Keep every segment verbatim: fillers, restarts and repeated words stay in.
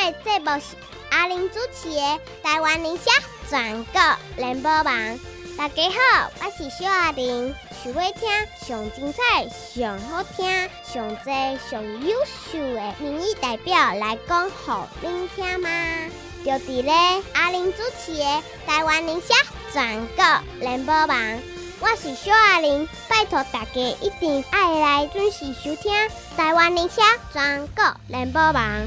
个节目是阿玲主持的台湾理想全国联播网。大家好，我是小阿玲。想要听上精彩、上好听、上多、上优秀的民意代表来讲，给您听吗？就伫咧阿玲主持的台湾理想全国联播网。我是小阿玲，拜托大家一定要来准时收听台湾理想全国联播网。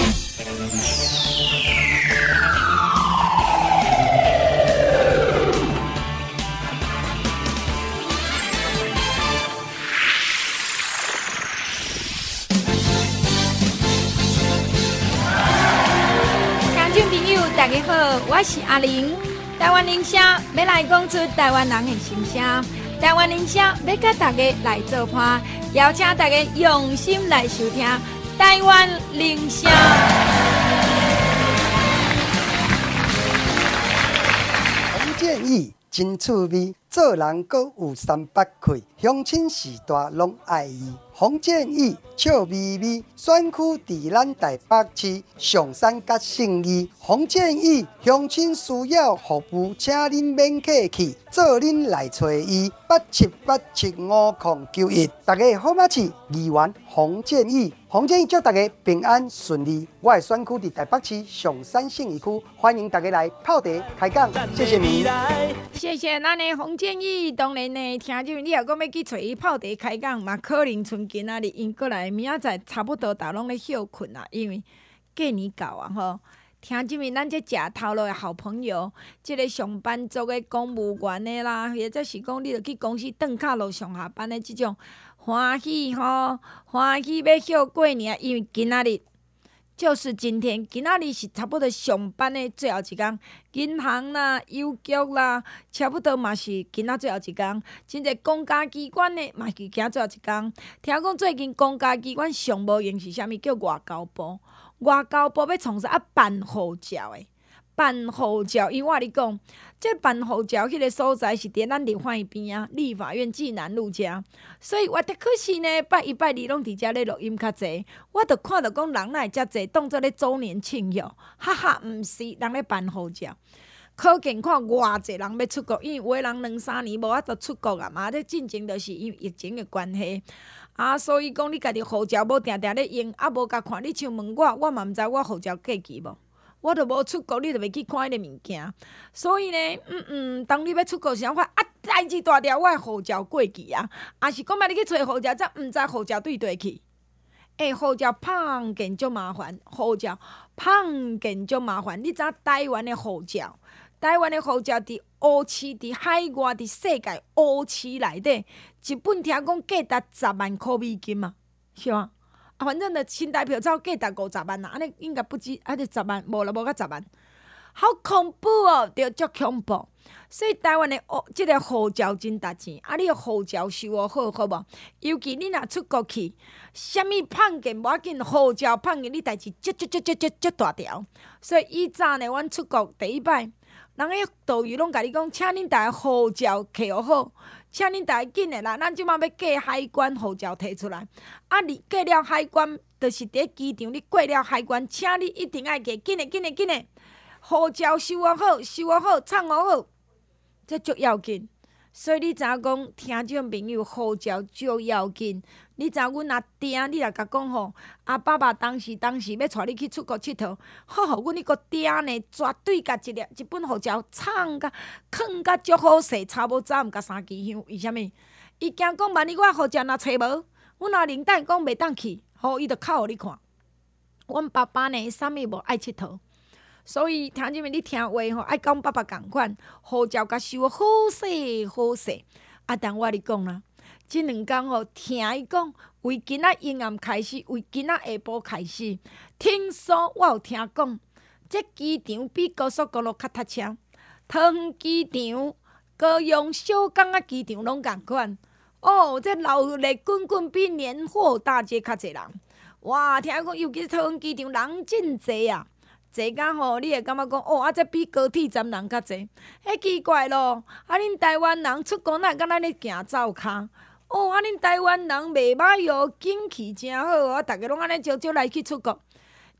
听众朋友，大家好，我是阿玲。台湾人声要来讲出台湾人的心声，台湾人声要甲大家来做伴，邀请大家用心来收听台湾人声。 洪建义真趣味，做人阁有三八气，乡亲时代拢爱伊。洪建义笑眯眯，选区伫咱台北市上山甲信义。洪建义乡亲需要服务，请恁免客气，做恁来找伊。八七八七五零九一，大家好吗？是议员洪建义。洪建义祝大家平安顺利。我的选区伫台北市上山信义区，欢迎大家来泡茶开讲，谢谢你。 谢谢咱的洪建义。当然呢，听众你若讲要去找伊泡茶开讲，嘛可能剩今仔日因过来，明仔载差不多大拢咧休困啦，因为过年到啊吼。听即面咱这食头路的好朋友，即、这个上班族的公务员的啦，或者是讲你著去公司顿卡路上下班的即种欢喜吼，欢喜要休过年，因为今仔日就是今天，今仔日是差不多上班的最后一天，银行啦、邮局啦，差不多嘛是今仔最后一天。真侪公家机关的嘛是今仔最后一天。听讲最近公家机关上无用是啥物？叫外交部。外交部要创啥啊？办护照的，办护照。因为我甲你讲，这办护照迄个所在是伫咱立法院边啊，立法院济南路遮。所以我的可是呢，拜一拜二拢伫遮咧录音较济。我著看到讲人哪会遮济，当作咧周年庆祝，哈哈，毋是人咧办护照。可见看偌济人要出国，因为有的人两三年无法度出国啊嘛，这进前就是因为疫情的关系。啊，所以讲你家己护照无定定咧用，啊无甲看你像问我，我嘛毋知我护照过期无，我都无出国，你就袂去看迄个物件。所以呢，嗯嗯，当你要出国时，我啊代志大条，我的护照过期啊，啊是讲摆你去找护照，则毋知护照对对去。诶、欸，护照碰见足麻烦，护照碰见足麻烦。你知影台湾的护照？台湾的护照伫乌市、伫海外、伫世界乌市内底，一本听讲价值十万块美金嘛，是吗？啊，反正的新台票照价值五十万啦，安尼应该不止，啊，就十万，无啦，无到十万，好恐怖哦，对，足恐怖。所以台湾的哦，即、这个护照真值钱，啊，你个护照收好好无？尤其你若出国去，啥物碰见无要紧，护照碰见你代志，足足足足足足大条。所以以早呢，阮出国第一摆。人个导游拢甲你讲，请恁大家护照摕好，请恁大家紧诶啦！咱即摆要过海关，护照摕出来。啊，你过了海关，就是伫机场，你过了海关，请你一定爱摕紧诶、紧诶、紧诶，护照收好、收好、藏好，这足要紧。所以你知影讲，听众朋友，护照足要紧。你知影阮阿爹，你若甲讲吼，阿爸爸当时当时要带你去出国佚佗，好，互阮迄个爹呢，绝对甲一粒一本护照藏甲藏甲足好势，差无早毋甲三支香。为虾米？伊惊讲万一我护照若找无，阮阿玲等讲袂当去，好，伊就哭互你看。阮爸爸呢，啥物无爱佚佗。所以听即面你听话吼，爱甲阮爸爸共款，护照甲收好势好势。啊，但我咧讲啦，即两工吼，听伊讲，为今仔阴暗开始，为今仔下晡开始，听说我有听讲，这机场比高速公路较塞车，桃园机场、高雄小港仔机场拢共款。哦，这闹热滚滚，比年货大街较侪人。哇，听讲尤其桃园机场人真侪啊！坐甲吼，你会感觉讲哦，啊，这比高铁站人较侪，迄奇怪咯。啊，恁台湾人出国哪会敢咱咧行走骹？哦，啊，恁台湾人袂歹哟，景气真好哦，逐个拢安尼招招来去出国。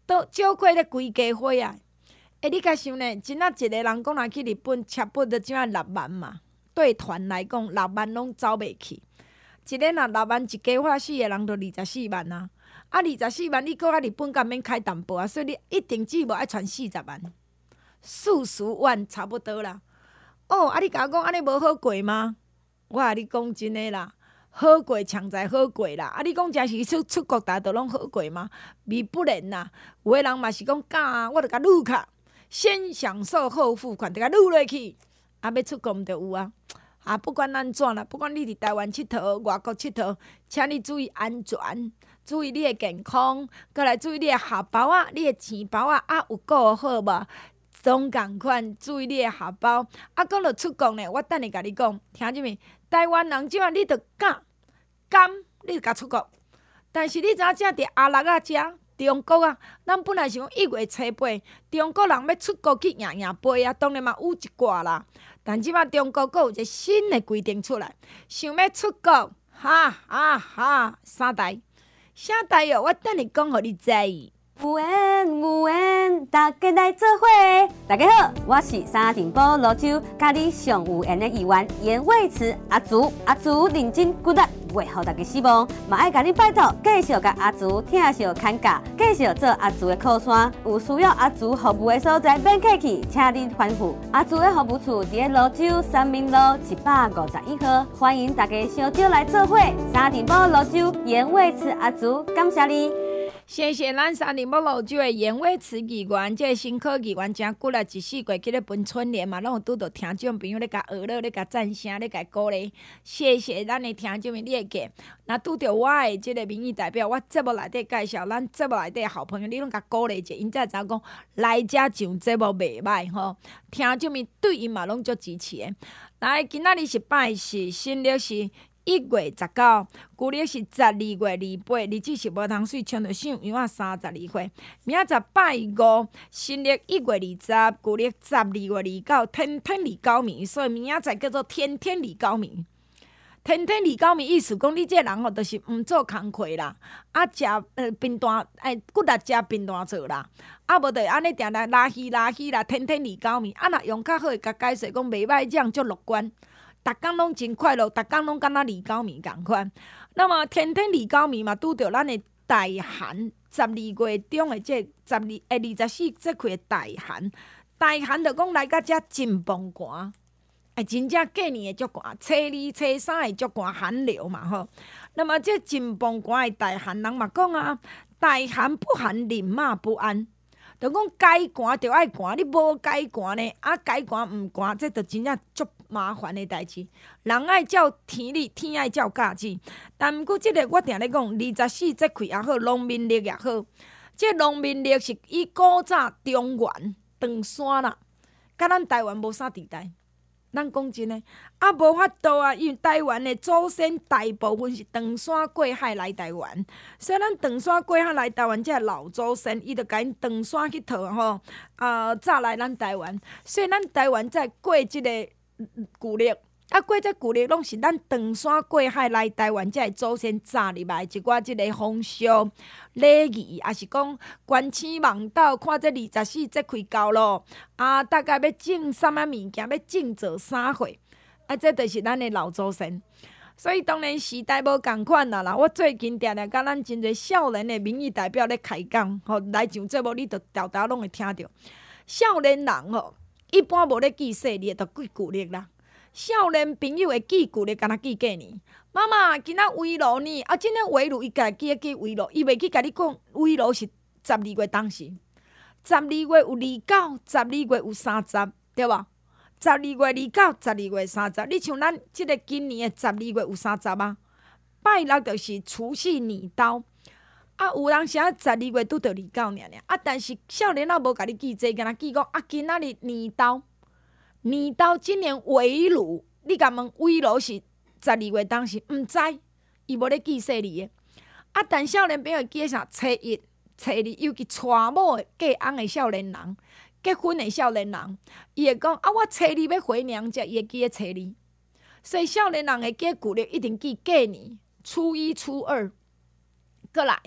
都少过咧规家伙啊！诶，你甲想呢？真啊，一个人讲若去日本，车本都怎啊六万嘛？对团来讲，六万拢走袂去。一个若六万，一家伙四个人就二十四万啊！啊，二十四万，你搁较日本敢免开淡薄啊？所以你一定至无爱传四十万，四十万差不多啦。哦，啊，你甲我讲安尼无好过吗？我甲你讲真诶啦。好过强在好过啦！啊，你讲真是出出国大都拢好过吗？未不然啦，有诶人嘛是讲教，我著甲撸卡，先享受后付款，著甲撸落去。啊，要出国毋著有啊！啊，不管安怎啦，不管你伫台湾佚佗、外国佚佗，请你注意安全，注意你诶健康，搁来注意你诶荷包啊，你诶钱包啊，啊有顾好无？总共款注意你诶荷包。啊，讲到出国呢，我等下甲你讲，听见没？台湾人即晚你著敢敢，你著甲出国。但是你知影，正伫阿六啊遮中国啊，咱本来是讲一月初八，中国人要出国去赢赢杯啊，当然嘛有一寡啦。但即摆中国阁有一个新的规定出来，想要出国，哈哈哈，三代，啥代哦？我等下讲互你知。 有缘有缘，大家来做伙。大家好，我是沙尘暴泸州甲你上有缘的议员严伟慈阿竹。阿竹认真骨力，袂互大家失望，嘛爱甲你拜托，继续甲阿竹听小看教，继续做阿竹的靠山。有需要阿竹服务的所在，免客气，请你吩咐。阿竹的服务处伫咧泸州三民路一百五十一号，欢迎大家相招来做伙。沙尘暴泸州严伟慈阿竹，感谢你。 谢谢咱沙尘暴泸州的严伟慈议员，这个新科议员真骨力，一四过去咧分春联嘛，拢有拄到听众朋友咧甲学了，咧甲赞声，咧甲鼓励。谢谢咱的听众们，你会记。若拄着我的即个民意代表，我节目内底介绍，咱节目内底好朋友，你拢甲鼓励者，因才知影讲来遮上节目袂歹吼。听众们对因嘛拢足支持的。来，今仔日是拜四，新历是一月十九，旧历是十二月二八，日子是无通水，穿着上样啊三十二岁。明仔载拜五，新历一月二十，旧历十二月二九，天天二九暝，所以明仔载叫做天天二九暝。天天二九暝意思讲，你这个人吼，就是毋做工课啦，啊食呃便当，哎骨力食便当做啦，啊无就安尼定定拉稀拉稀啦，天天二九暝。啊若用较好诶，甲解释讲袂歹，这样足乐观。逐工拢真快乐，逐工拢敢若二九暝共款。那么天天二九暝嘛，拄着咱的大寒，十二月中的这十二诶二十四节气的大寒，大寒就讲来到遮真崩寒，哎，真正过年的足寒，初二、初三的足寒寒流嘛吼。那么这真崩寒的大寒，人嘛讲啊，大寒不寒，人马不安。就讲该寒就爱寒，你无该寒呢，啊该寒毋寒，这就真正足麻烦的代志。人爱照天理，天爱照价子。但毋过即个我定咧讲，二十四节气也好，农民历也好，这农民历是以古早中原长山啦，甲咱台湾无啥地带。咱讲真诶，啊无法度啊，因为台湾的祖先大部分是长山过海来台湾，所以咱长山过海来台湾，这老祖先伊就甲因长山去讨吼，啊早来咱台湾，所以咱台湾在过即个旧历，啊过这旧历拢是咱长山过海来台湾，这祖先早入来一寡即个风俗礼仪，也是讲关起网斗看这二十四节气到咯，啊大概要种啥物物件，要种做啥货，啊这就是咱的老祖先。所以当然时代无共款啦啦，我最近定定甲咱真侪少年的民意代表咧开讲，吼来上节目你着条条拢会听到。少年人吼，一般无咧记细历，着记旧历啦。少年朋友会记旧历，敢若记过年。妈妈，今仔围炉呢？啊，今仔围炉伊家记一记围炉，伊袂记甲你讲围炉是十二月当时。十二月有二九，十二月有三十，对无？十二月二九，十二月三十。你像咱即个今年的十二月有三十啊？拜六就是除夕年刀。啊，有人写十二月拄着二九尔尔。啊，但是少年仔无甲你记这，敢若记讲啊，今仔日年刀。年到今年围炉，你甲问围炉是十二月当时，毋知，伊无咧记细字的。啊，但少年朋友记啥？初一、初二，尤其娶某的嫁翁的少年人，结婚的少年人，伊会讲啊，我初二要回娘家，伊会记咧初二。所以少年人会记旧历，一定记过年、初一、初二。过来，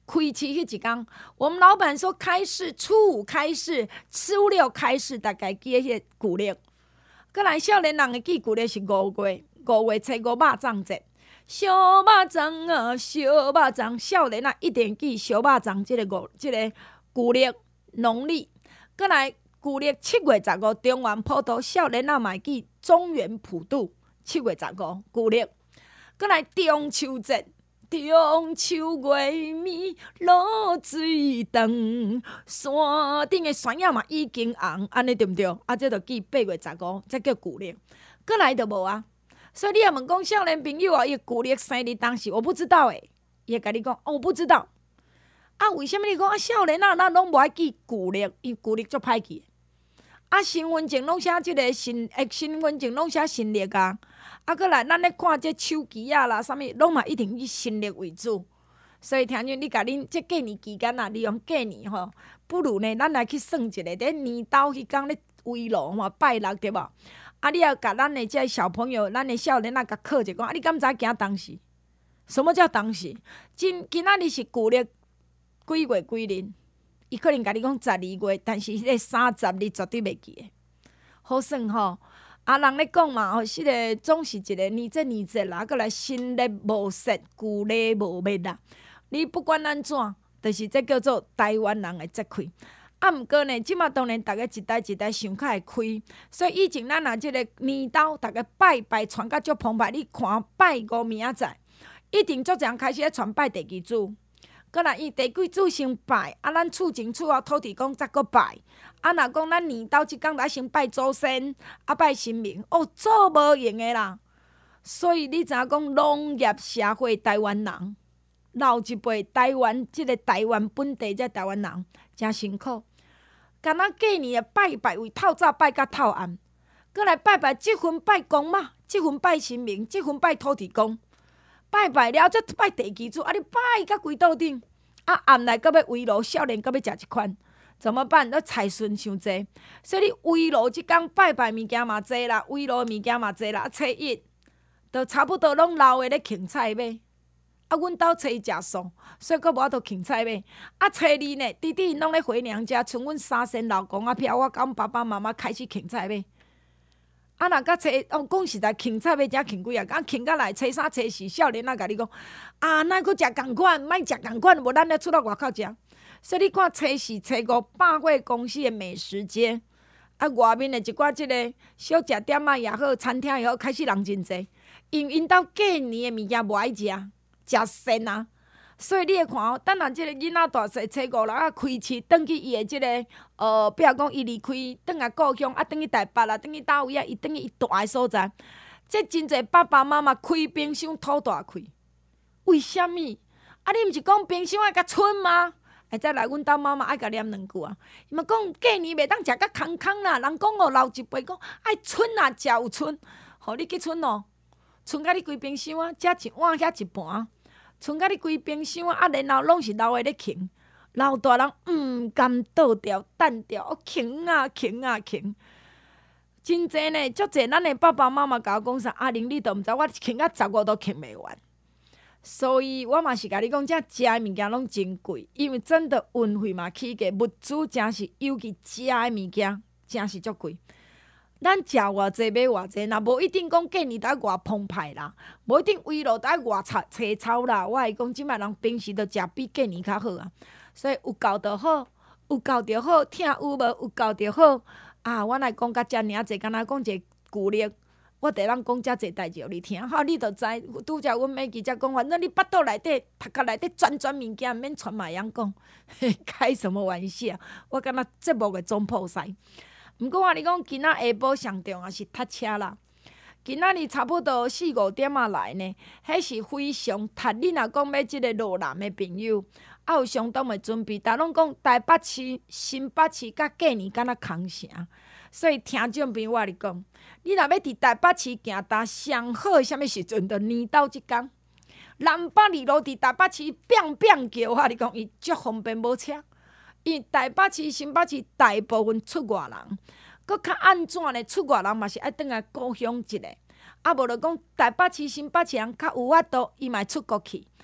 开市迄一天，我们老板说开市，初五开市，初六开市，大概记迄个旧历。过来少年人的记旧历是五月，五月初五肉粽节。小肉粽啊，小肉粽，少年啊一定记小肉粽即个五即、这个旧历农历。过来旧历七月十五，中原普渡，少年啊嘛记中原普渡，七月十五旧历。过来中秋节。中秋月暝露水长，山顶的山野嘛已经红，安尼对毋对？啊，这著记八月十五，这叫旧历。过来就无啊。所以你若问讲少年朋友啊，伊旧历生日当时，我不知道诶，伊会甲你讲，哦，我不知道。啊，为什么你讲啊？少年啊，咱拢无爱记旧历，因旧历足歹记。啊，身份证拢写即个新，诶，身份证拢写新历啊。啊，过来，咱咧看这手机啊啦，啥物拢嘛一定以新历为主。所以听见你甲恁这过年期间啊，利用过年吼，不如呢，咱来去算一下，伫年斗迄天咧围炉嘛，拜六对无？啊，你要甲咱的这小朋友，咱的少年啊，甲考者讲，啊，你敢知影当时？什么叫当时？今今仔日是旧历几月几日？伊可能甲你讲十二月，但是迄个三十日绝对袂记的。好算吼。啊，人咧讲嘛，吼，迄个总是一个年节年节啦，过来新历无节，旧历无灭啦。你不管安怎，就是这叫做台湾人的节气。啊，毋过呢，即马当然逐个一代一代想较会开，所以以前咱若即个年斗，逐个拜拜传甲足澎湃。你看拜五明仔载，一定足人开始咧传拜地基主。过来伊地基主先拜，啊，咱厝前厝后土地公则搁拜。啊，若讲咱年斗即工来先拜祖先，啊拜神明，哦，做无用的啦。所以你知影讲农业社会台湾人，老一辈台湾即、這个台湾本地这台湾人真辛苦。敢若过年的拜拜为透早拜到透暗，过来拜拜即份拜公妈，即份拜神明，即份拜土地公。拜拜了，则拜地基主，啊！你拜到规桌顶，啊暗内搁要围炉，少年搁要食一款，怎么办？那财孙伤济，所以你围炉即工拜拜物件嘛济啦，围炉物件嘛济啦。初一，都差不多拢老诶咧芹菜马，啊，阮兜初一食素，所以搁无法度芹菜马。啊，初二呢，弟弟因拢咧回娘家，剩阮三仙老公啊，飘我甲阮爸爸妈妈开始芹菜马。啊，若甲初哦，讲实在，芹菜要食芹几啊？敢芹到来初三、初四，少年仔甲你讲，啊，咱搁食共款，莫食共款，无咱咧出到外口食。所以你看，初四、初五，百货公司的美食街，啊，外面的一寡即个小食店啊也好，餐厅也好，开始人真济，因因兜过年的物件无爱食，食鲜啊。所以你会看哦，等下即个囡仔大细初五六啊开市，转去伊的即、這个呃，比如讲伊离开，转来故乡啊，转去台北啊，转去倒位啊，伊转去伊大的所在，即真侪爸爸妈妈开冰箱吐大开，为虾米？啊，你毋是讲冰箱爱甲剩吗？哎，再来阮兜妈妈爱甲念两句啊，伊嘛讲过年袂当食甲空空啦，人讲哦，老一辈讲爱剩啊，食有剩，互你去剩哦，剩甲你规冰箱啊，食一碗遐一盘。剩甲你规冰箱啊，然后拢是老诶咧啃，老大人毋甘倒掉、等掉，哦，啃啊啃啊啃，真济呢，足济咱诶爸爸妈妈甲我讲啥，阿玲你都毋知，我啃到十五都啃袂完。所以我嘛是甲你讲，遮食诶物件拢真贵，因为真的运费嘛起价，物资真是，尤其食诶物件真是足贵。咱食偌济买偌济，若无一定讲过年得偌澎湃啦，无一定围炉得偌炒青草啦。我会讲，即摆人平时都食比过年较好啊。所以有够就好，有够就好，听有无？有够就好啊！我来讲甲遮尔济，敢若讲一个旧历，我得通讲遮济代志互你听。好，你著知，拄则阮美记者讲，反正你腹肚内底、头壳内底转转物件，免传嘛样讲，开什么玩笑？我感觉节目的总铺师。毋过我你讲，今仔下晡上重要是塞车啦。今仔日差不多四五点仔来呢，迄是非常塞。你若讲要即个落南的朋友，啊有相当的准备。但拢讲台北市、新北市甲过年敢若空城，所以听众朋友我你讲，你若要伫台北市行搭，上好啥物时阵？着年斗即工，南北二路伫台北市变变叫，我你讲伊足方便无车。因为台北市、新北市大部分出外人，搁较安怎呢？出外人嘛是爱转来故乡一个，啊无就讲台北市、新北市人较有法度，伊嘛出国去。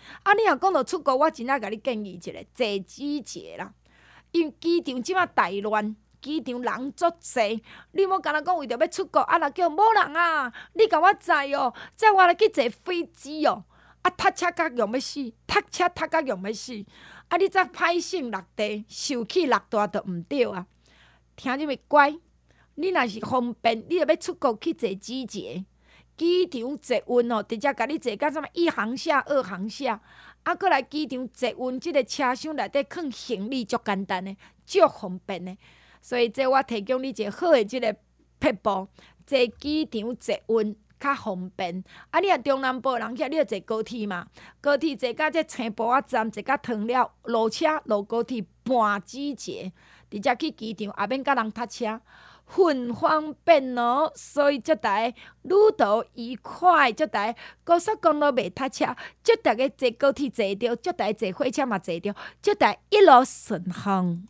啊，你若讲到出国，我真正甲你建议一个坐机节啦，因为机场即马大乱。机场人足侪，你莫干那讲为着要出国，啊，若叫无人啊！你甲我载哦，载我来去坐飞机哦，啊，塞车甲用要死，塞车塞甲用要死，啊，你则歹性落地，受气落大就毋对啊！听入咪乖，你若是方便，你著要出国去坐机节，机场坐运哦，直接甲你坐到什么一航厦、二航厦，啊，过来机场坐运，即个车厢内底放行李足简单的，足方便的。所以，这我提供你一个好的即个撇步，坐机场坐运较方便。啊，你若中南部人遐，你著坐高铁嘛？高铁坐到这青埔仔站，坐到糖了，落车落高铁半机节，直接去机场，也免甲人搭车，很方便哦。所以，祝大家旅途愉快，祝大家高速公路袂搭车，祝大家坐高铁坐着，祝大家坐火车嘛坐着，祝大家一路顺风。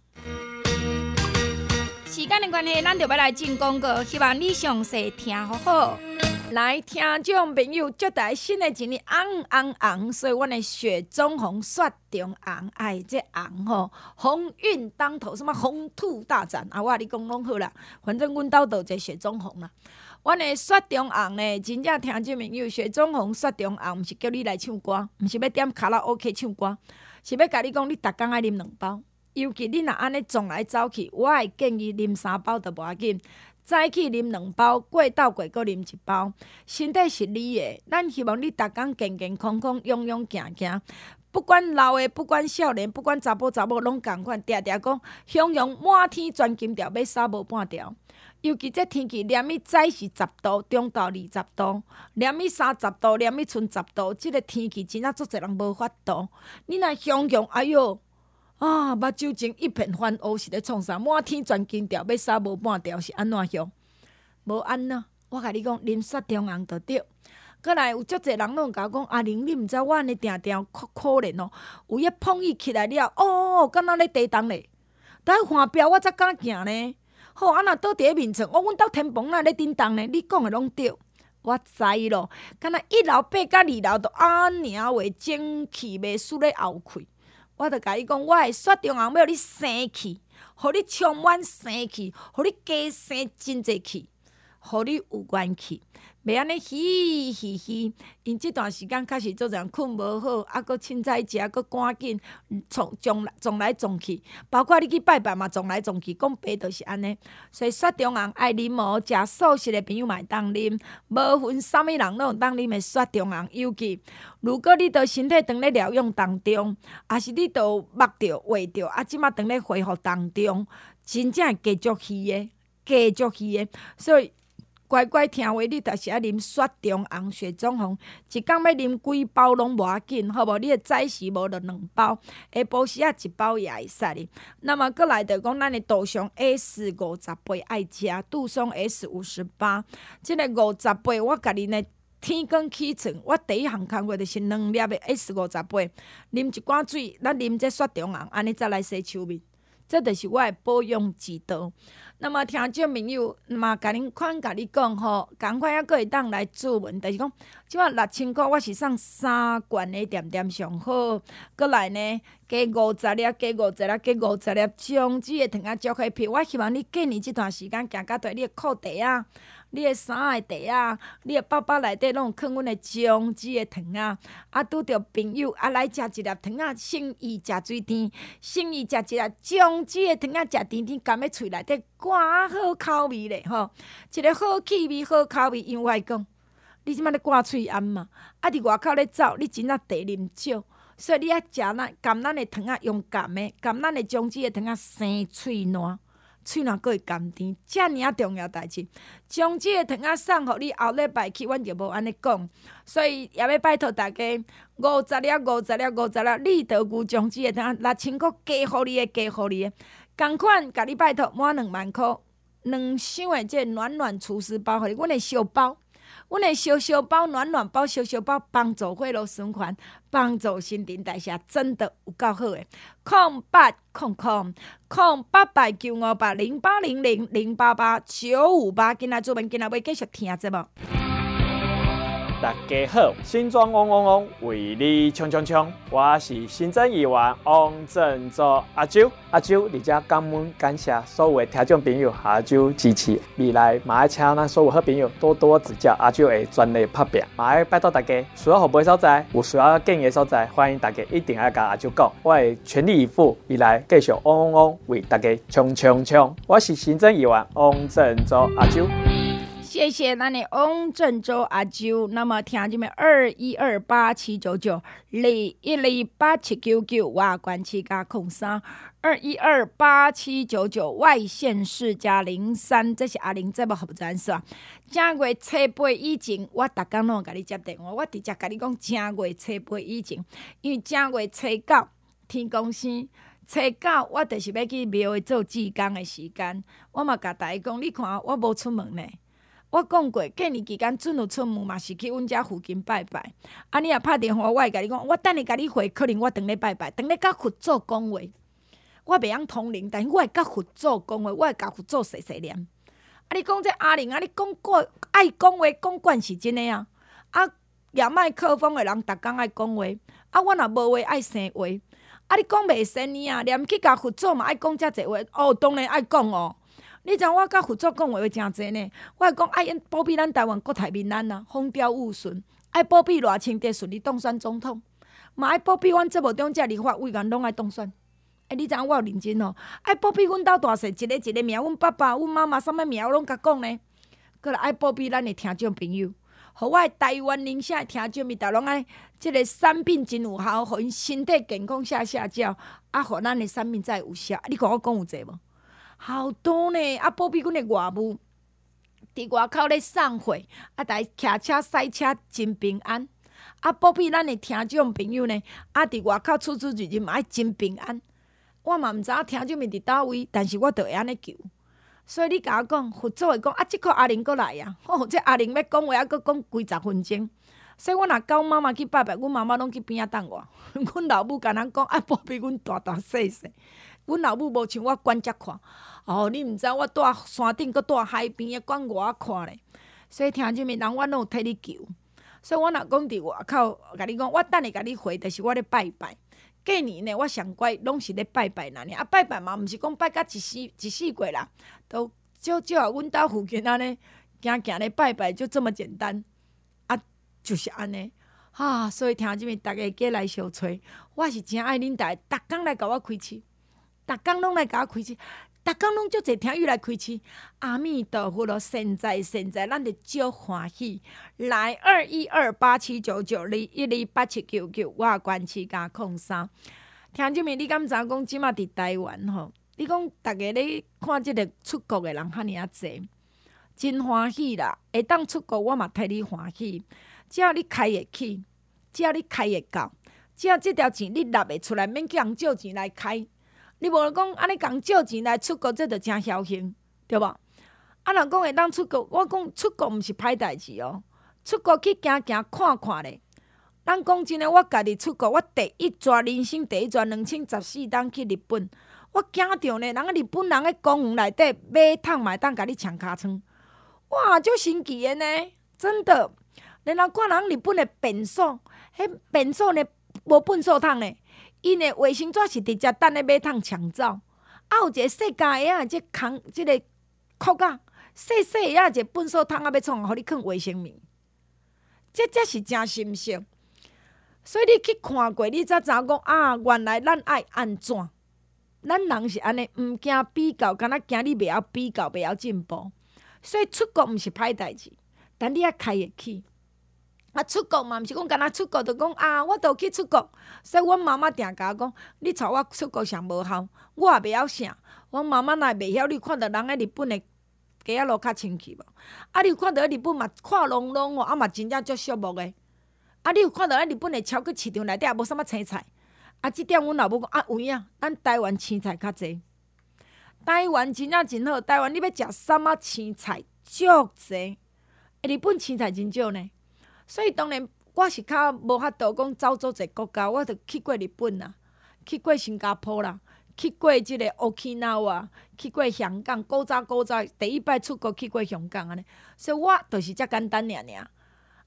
时间的关系，咱就要来进广告，希望你详细听好好。来，听众朋友，祝大家新的一年红红红，所以阮的雪中红、雪中红，哎，这红吼，鸿运当头，什么红兔大展啊！我甲你讲拢好啦，反正阮兜都有一个雪中红啦。阮的雪中红呢，真正听众朋友，雪中红、雪中红，毋是叫你来唱歌，毋是要点卡拉 OK 唱歌，是要甲你讲，你逐工爱啉两包。尤其你若安尼撞来走去，我会建议啉三包都无要紧，早起啉两包，过昼过搁啉一包。身体是你的，咱希望你逐工健健康康、勇勇行行。不管老的，不管少年，不管查甫查某，拢共款，定定讲汹涌满天钻金条，要杀无半条。尤其这天气，连伊早是十度，中昼二十度，连伊三十度，连伊剩十度，即、這个天气真正足侪人无法度。你若汹涌，哎哟！啊！目睭前一片翻乌，是咧创啥？满天钻金条，要杀无半条，是安怎样？无安怎？我甲你讲，啉雪中红就对。过来有足侪人拢甲我讲，阿玲，你毋知我安尼定定可可怜哦。有一碰伊起来了，哦，敢若咧地动咧。等下标我才敢行呢。好，啊若倒伫咧面床，哦，阮兜天棚哪咧叮当呢？你讲的拢对。我知咯，敢若一楼八甲二楼都安尼话，蒸汽袂输咧后开。我著甲你讲，我的雪中红要你生气，互你充满生气，互你加生真侪气，互你有元气，袂安尼嘻嘻嘻。因即段时间确实做人困无好，啊，搁凊彩食，搁赶紧撞撞撞来撞去，包括你去拜拜嘛，撞来撞去，讲白就是安尼。所以雪中红爱啉哦，食素食的朋友嘛会当啉，无分啥物人拢有当啉的雪中红。尤其如果你伫身体当咧疗养当中，还是你伫目着、胃着，啊，即马当咧恢复当中，真正会加足虚的，加足虚的，所以。乖乖听话，你著是爱啉雪中红、雪中红，一工要啉几包拢无要紧，好无？你的早时无就两包，下晡时啊一包也会使哩。那么过来就讲，咱的杜松 S 五十八爱食，杜松 S 五十八，即个五十八，我甲恁的天光起床，我第一项工作就是两粒的 S 五十八，啉一罐水，咱啉这雪中红，安尼再来洗手面。这就是我的保养之道。那么听众朋友嘛，甲恁款甲你讲吼，赶快还佫会当来注文，就是讲，即摆六千箍我是送三罐的点点上好，佫来呢加五十粒，加五十粒，加五十粒姜子的糖仔足起皮。我希望你过年即段时间行到对你的裤袋啊。你的衫的袋啊，你的包包内底拢有放阮的姜子的糖啊，啊拄着朋友啊来食一粒糖啊，心意食水甜，心意食一粒姜子的糖啊，食甜甜，含在喙内底，偌好口味咧吼，一个好气味、好口味。因为我讲，你即摆咧挂喙安嘛，啊伫外口咧走，你真正茶啉少，所以你啊食咱含咱的糖啊，用含的，含咱的姜子的糖啊，生喙烂。喙若佫会甘甜，遮尔啊重要代志。将即个糖仔送互你，后礼拜去，阮就无安尼讲。所以也要拜托大家，五十粒、五十粒、五十粒，立德牛将即个糖仔六千箍加互你的，加互你的。共款，甲你拜托满两万箍，两箱的即个暖暖厨师包互你，阮的小包。阮的小小包、暖暖包、小小包，帮助血路循环，帮助新陈代谢，真的有够好诶！空八空空空八八九五八零八零零零八八九五八，今仔主文今仔要继续听节目。 大家好，新庄嗡嗡嗡为你冲冲冲，我是新增议员王振洲阿周。阿周，而且感恩感谢所有的听众朋友阿周支持，未来嘛爱请咱所有好朋友多多指教，阿周会全力拍拼，嘛爱拜托大家，需要服务的所在，有需要建议的所在，欢迎大家一定要甲阿周讲，我会全力以赴，未来继续嗡嗡嗡为大家冲冲冲。我是新增议员王振洲阿周。 谢谢咱的翁振洲阿周，那么听众们二一二八七九九零一零八七九九外关七加空三二一二八七九九外县市加零三，这是阿玲节目合作是吧？正月初八以前，我逐工拢甲你接电话，我直接甲你讲正月初八以前，因为正月初九天公生。初九我就是要去庙会做志工的时间，我嘛甲大家讲，你看我无出门呢。我讲过，过年期间准有出门嘛，是去阮遮附近拜拜。啊，你若拍电话，我会甲你讲，我等下甲你回，可能我等咧拜拜，等咧甲佛祖讲话。我袂晓通灵，但是我会甲佛祖讲话，我会甲佛祖细细念。啊，你讲这阿玲啊，你讲过爱讲话讲惯是真诶啊。啊，也莫靠风诶人，逐工爱讲话。啊，我若无话爱生话。啊，你讲袂生呢啊？连去甲佛祖嘛爱讲遮济话。哦，当然爱讲哦。你知我甲佛祖讲话话真济呢，我会讲爱保庇咱台湾国泰民安啊，风调雨顺，爱保庇赖清德顺利当选总统，嘛爱保庇阮节目中遮立法委员拢爱当选。哎，你知影我有认真哦，爱保庇阮兜大细一个一个名，阮爸爸、阮妈妈啥物名我拢甲讲呢。过来爱保庇咱的听众朋友，互我的台湾宁夏的听众咪逐拢爱即个产品真有效，互因身体健康下下照，啊，互咱的产品才有效。你看我讲有济无？好多呢！啊，保庇阮的外务，伫外口咧送货，啊，大家骑车驶车真平安。啊，保庇咱的听众朋友呢，啊，伫外口出出入入嘛爱真平安。我嘛毋知影听众们伫倒位，但是我著会安尼求。所以你甲我讲，佛祖会讲啊，即个阿玲过来啊！哦，这阿玲要讲话，还佫讲几十分钟。所以我若教阮妈妈去拜拜，阮妈妈拢去边仔等我。阮老母甲人讲啊，保庇阮大大细细。阮老母无像我管遮看。哦，你毋知我住山顶，佫住海边，管外看咧。所以听即面人，我拢有替你求。所以我若讲伫外口，甲你讲，我等下甲你回，就是我咧拜拜。过年呢，我上乖拢是咧拜拜那呢。啊，拜拜嘛，毋是讲拜甲一世一世过啦，都少少啊。阮兜附近安尼行行咧拜拜，就这么简单。啊，就是安尼。啊，所以听即面，逐个过来相找，我是真爱恁大，逐工来甲我开市，逐工拢来甲我开市。逐工拢足侪听友来开市，阿弥陀佛咯！现在现在，咱就足欢喜。来二一二八七九九零一零八七九九，我关市加空三。听众们，你敢知影讲即马伫台湾吼？你讲逐个咧看即个出国诶人，遐尔啊济，真欢喜啦！会当出国，我嘛替你欢喜。只要你开会起，只要你开会到，只要即条钱你纳会出来，免叫人借钱来开。你无讲安尼共借钱来出国，这就真侥幸，对无？啊，若讲会当出国，我讲出国毋是歹代志哦。出国去行行看看咧。咱讲真诶，我家己出国，我第一转人生第一转两千十四当去日本，我惊着呢，人个日本人个公园内底马桶嘛会当甲你抢尻川，哇，足神奇诶呢！真的，然后看人日本诶便所，迄便所呢无粪扫桶呢。因的卫生纸是直接等咧马桶抢走，啊有一个细家的啊，即空即个壳啊，细细的啊，一个粪扫桶啊，要创互你放卫生棉，这这是真神圣。所以你去看过，你才知影讲啊，原来咱爱安怎？咱人是安尼，毋惊比较，敢若惊你袂晓比较，袂晓进步。所以出国毋是歹代志，但你要开会起。啊，出国嘛，毋是讲干那出国就讲啊，我都去出国。所以阮妈妈定甲我讲，你带我出国上无效，我也袂晓啥。阮妈妈若袂晓，你看到人喺日本的街仔路较清气无？啊，你有看到喺日本嘛看拢拢哦，啊嘛真正足寂寞的。啊，你有看到喺日本的超市市场内底也无啥物青菜。啊，即点阮老母讲啊，有影，咱台湾青菜较济。台湾真正真好，台湾你要食啥物青菜足济，日本青菜真少呢。所以当然，我是较无法度讲走做一个国家，我著去过日本啦，去过新加坡啦，去过即个 Okinawa， 去过香港。古早古早第一摆出国去过香港安尼，所以我著是遮简单尔尔。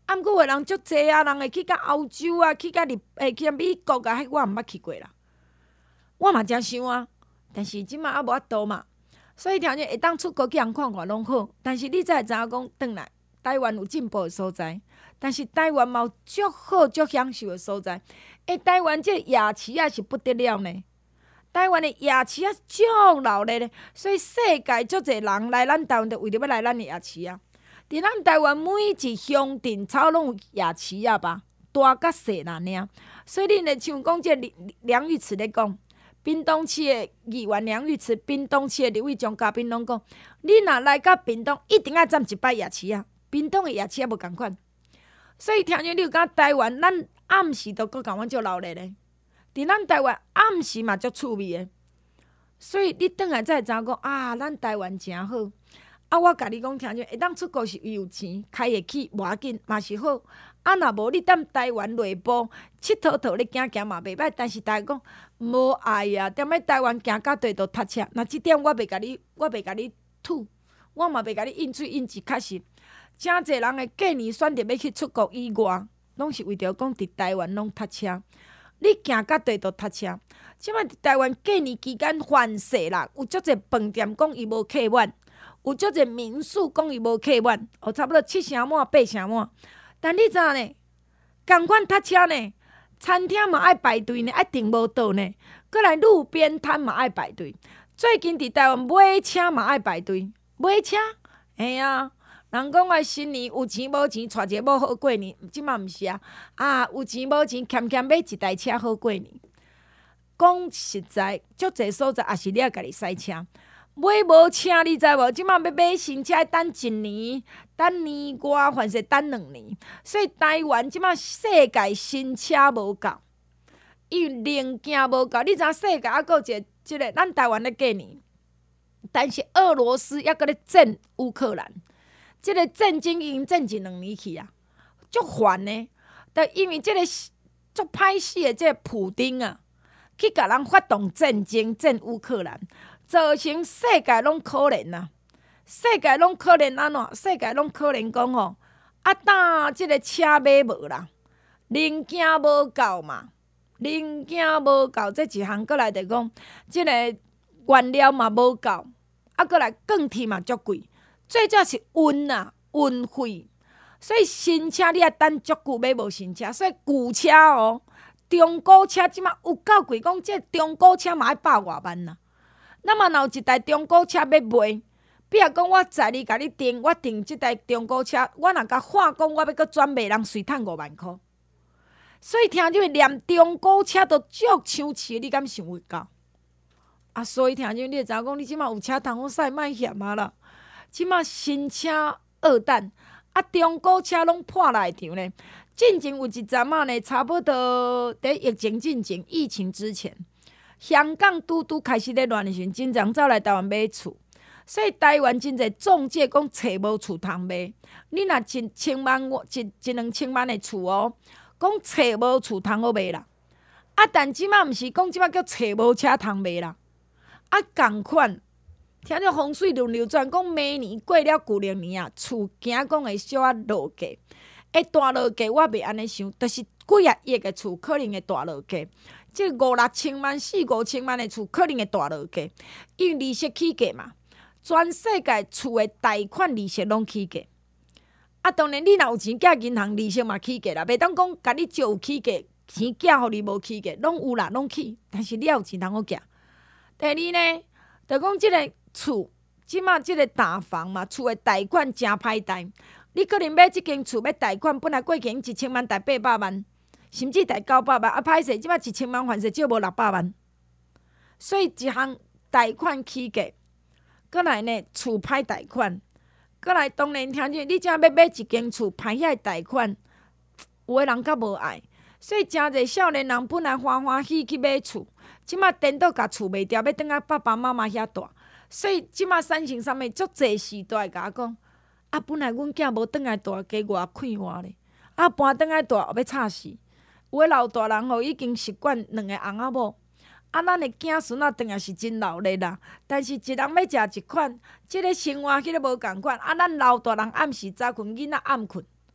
啊，毋过有的人足济啊，人会去到欧洲啊，去到日诶，去到美国啊，迄我毋捌去过啦。我嘛真想啊，但是即摆啊无法度嘛，所以条件会当出国去人看看拢好。但是你才会知影讲，转来台湾有进步的所在，但是台湾嘛有足好足享受的所在。诶，台湾这夜市啊是不得了呢。台湾的夜市啊足闹热咧，所以世界足侪人来咱台湾，就为着要来咱的夜市啊。伫咱台湾每一乡镇草拢有夜市啊吧，大甲细啦尔。所以恁会像讲这梁玉慈咧讲，屏东市的议员梁玉慈，屏东市的立委张嘉宾拢讲，你若来到屏东，一定要站一摆夜市啊。屏东的夜市啊无共款，所以听见你有讲台湾，咱暗时都搁共阮足闹热咧。伫咱台湾暗时嘛足趣味的，所以你转来才会知影讲啊，咱台湾真好。啊，我甲你讲，听见会当出国是有钱，开会起无要紧嘛是好。啊，若无你踮台湾内部佚佗佗咧行行嘛袂歹，但是大家讲无爱啊，踮咧台湾行到地都塞车。那即点我袂甲你，我袂甲你吐，我嘛袂甲你应水应钱，确实，真侪人诶过年选择要去出国以外，拢是为着讲伫台湾拢塞车。你行到地都塞车，即摆伫台湾过年期间烦死啦，有足侪饭店讲伊无客满，有足侪民宿讲伊无客满，哦，差不多七成满八成满。但你知影呢？共款塞车呢，餐厅嘛爱排队呢，爱订无到呢。过来路边摊嘛爱排队。最近伫台湾买车嘛爱排队，买车，嘿啊。人讲话新年有钱无钱，娶一个某好过年，即嘛毋是啊！啊，有钱无钱，欠欠买一台车好过年。讲实在，足侪所在也是你要家己驶车。买无车，你知无？即马要买新车，要等一年，等年外，还是等两年。所以台湾即马世界新车无够，因为零件无够。你知影世界还佫有一个，即个咱台湾咧过年，但是俄罗斯还佫咧战乌克兰。即个战争已经战一两年去啊，足烦呢。但因为即个足歹死的即个普丁啊，去甲人发动战争，战乌克兰，造成世界拢可怜啊。世界拢可怜安怎？世界拢可怜讲吼，啊，当即个车买无啦，零件无够嘛，零件无够，这一项过来就讲，即个原料嘛无够，啊，过来钢铁嘛足贵。最主要是运啊，运费，所以新车你也等足久买无新车，所以旧车哦，中古车即马有够贵，讲这中古车嘛要百外万呐。那么若有一台中古车要卖，比如讲我在你甲你订，我订即台中古车，我若甲化工，我要搁转卖人随趁五万箍。所以听种连中古车都足抢市，你敢想会到？啊，所以听种你会知影讲，你即马有车通好驶，莫嫌啊啦。即马新车二等，啊，中古车拢破来场呢。进前有一阵仔呢，差不多伫疫情进前、疫情之前，香港拄拄开始咧乱的时阵，真常走来台湾买厝，所以台湾真侪中介讲找无厝通买。你若一千万、一一两千万的厝哦，讲找无厝通好买啦。啊，但即马毋是讲即马叫找无车通买啦，啊，共款。听着风水轮流转，讲明年过了旧历年啊，厝惊讲会小啊落价，会大落价。我袂安尼想，就是几啊亿的厝可能会大落价，即五六千万、四五千万的厝可能会大落价，因为利息起价嘛。全世界厝的贷款利息拢起价。啊，当然你若有钱寄银行，利息嘛起价啦。袂当讲甲你借有起价，钱寄互你无起价，拢有啦，拢起。但是你也有钱通好寄。第二呢，就讲即个。厝即马即个大房嘛，厝的贷款真歹贷。你可能买即间厝要贷款，本来过去一千万贷八百万，甚至贷九百万，啊歹势，即马一千万还是少无六百万。所以一项贷款起价，过来呢厝歹贷款，过来当然听见你即马要买一间厝歹遐贷款，有的人较无爱，所以真侪少年人本来欢欢喜去买厝，即马颠倒甲厝卖掉，要转来爸爸妈妈遐住。所以即马产生啥物足侪时代甲我讲，啊，本来阮囝无转来住，加外快活咧，啊，搬转来住要吵死。有诶老大人吼已经习惯两个翁仔某，啊，咱诶囝孙仔当然是真闹热啦。但是一人要食一款，即、这个生活迄个无共款。啊，咱老大人暗时早困，囡仔暗困。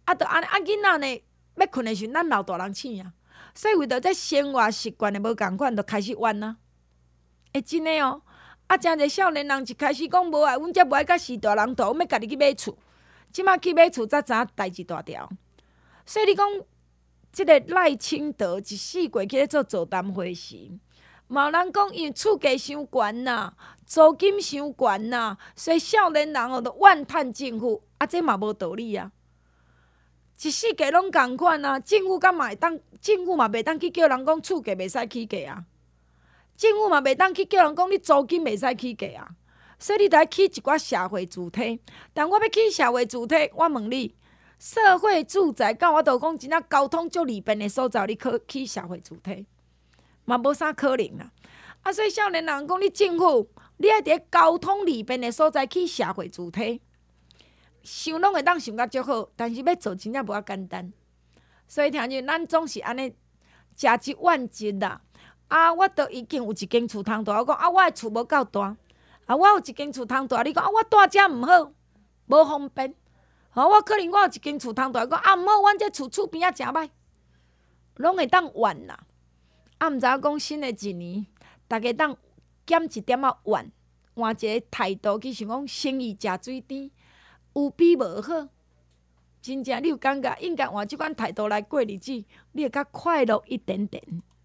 啊，着安尼啊，囡仔呢要困的时阵，咱老大人醒啊。所以为着这生活习惯的无共款，着开始怨啊。会真诶哦，啊，真侪少年人一开始讲无爱，阮则无爱甲死大人住，阮要家己去买厝。即马去买厝才知影代志大条。所以你讲，即个赖清德一世过去咧做座谈会时，嘛有人讲因厝价伤悬呐，租金伤悬呐，所以少年人哦，着怨叹政府，啊，这嘛无道理啊。一世界拢共款啊，政府敢嘛会当，政府嘛袂当去叫人讲厝价袂使起价啊，政府嘛袂当去叫人讲你租金袂使起价啊，所以你得起一寡社会主体。但我要起社会主体，我问你，社会住宅，甲我着讲真正交通足利便的所在，你可起社会主体，嘛无啥可能啦。啊，所以少年人讲，你政府，你爱伫交通利便的所在起社会主体。想拢会当想甲足好，但是要做真正无遐简单。所以听见咱总是安尼食一万斤啦。啊，我都已经有一间厝通住，我讲啊，我的厝无够大。啊，我有一间厝通住，你讲啊，我住遮毋好，无方便。啊，我可能我有一间厝通住，讲啊毋好，阮这厝厝边仔诚歹，拢会当怨啦。啊，毋知影讲新的一年，逐个当减一点仔怨，换一个态度去想讲生意食水甜。有比无好，真正你有感觉应该换即款态度来过日子，你会较快乐一点点。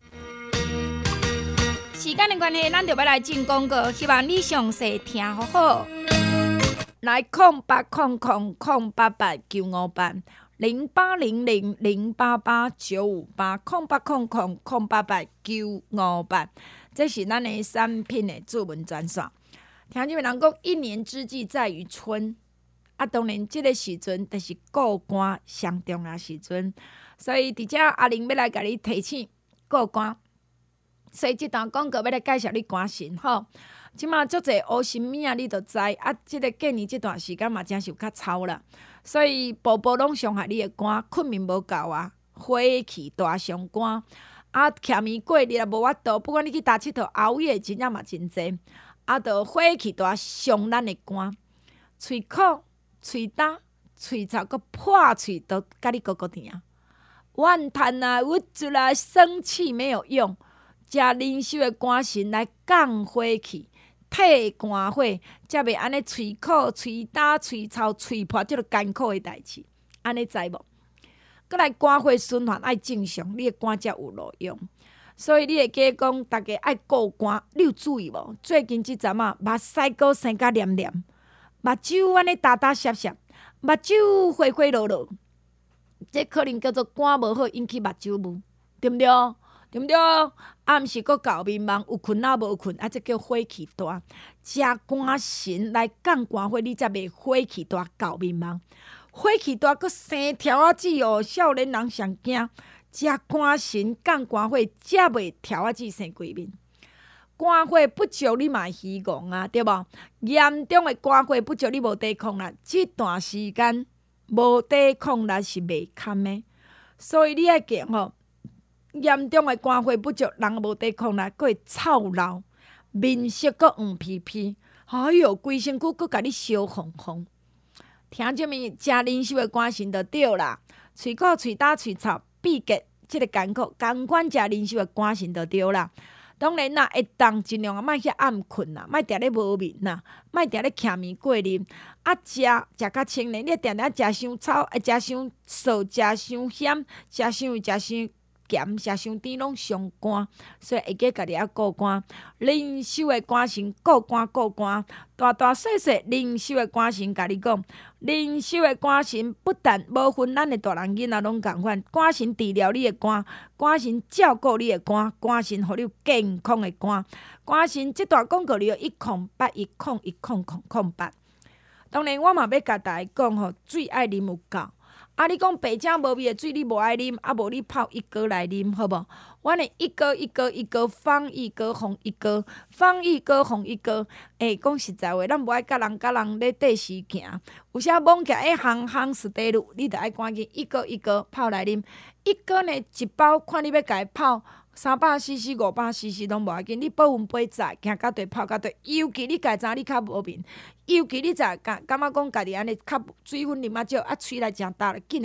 时间的关系，咱就要来进广告，希望你详细听好好。来空八空空空八八九五八零八零零零八八九五八空八空空空八八九五八，这是咱的产品的主文专线。听见人讲，一年之计在于春。啊，当然，即个时阵就是过关上重要时阵，所以伫遮阿玲要来甲你提醒过关。所以即段广告要来介绍你关心吼。即马足侪乌心物啊，你著知啊。即个过年即段时间嘛，真是有较操啦。所以步步拢伤害你的肝，困眠无够啊，火气大伤肝。啊，徛眠过日也无法度，不管你去打佚佗，熬夜真正嘛真济。啊，著火气大伤咱的肝，喙苦。喙焦、喙臭，佮破喙都甲你糊糊疼。怨叹啊、郁卒啊、生气没有用，食灵修的肝神来降火气、退肝火，才袂安尼喙苦、喙焦、喙臭、喙破，即个艰苦的代志。安尼知无？佮来肝火循环爱正常，你的肝才有路用。所以你会记讲，逐个爱顾肝，你有注意无？最近即阵啊，目屎哥生甲黏黏。目睭安尼打打涩涩，目睭花花落落，这可能叫做肝无好引起目睭雾，对毋对？对毋对？啊，毋是佫搞面盲，有困啊无困，啊，这叫火气大。食肝神来降肝火，你才袂火气大搞面盲。火气大佫生条仔子哦，少年人上惊。食肝神降肝火，才袂条仔子生鬼面。肝火不足，你嘛虚戆啊，对无？严重的肝火不足，你无抵抗力，这段时间无抵抗力是袂堪的。所以你爱记吼，严重的肝火不足，人无抵抗力，佫会臭老，面色佫黄皮皮，哎哟，规身躯佫甲你烧红红。听这物食灵修的肝神就对啦，喙苦、喙焦、喙臭、闭结，即个艰苦，共款食灵修的肝神就对啦。当然啦，会当尽量啊，莫遐暗困啦，莫定咧无眠啦，莫定咧徛眠过日。啊，食食较清咧，你定定食伤臭，会食伤素，食伤咸，食伤味，食伤咸，食伤甜，拢伤肝。所以会记家己啊顾肝，灵修的肝神顾肝顾肝，大大细细灵修的肝神，甲你讲，灵修的肝神不但无分咱的大人囡仔拢共款，肝神治疗你的肝，肝神照顾你的肝，肝神互你健康的肝，肝神这段广告里有一空八一空一空空空八。当然，我嘛要甲大家讲吼，水爱啉有够。啊，你讲白井无味的水，你无爱啉，啊无你泡一哥来啉，好无？阮的一哥一哥一哥放一哥红一哥放一哥红一哥，诶、欸，讲实在话，咱无爱甲人甲人咧对时行，有啥妄起来行行死地路，你着爱赶紧一哥一哥泡来啉。一哥呢，一包看你要家泡。三百 C C、五百 C C 拢无要紧，你保温杯在，行到对泡到对。尤其你家知你较无面，尤其你知感感觉讲家己安尼较水分啉啊少，啊喙来诚焦咧，紧诶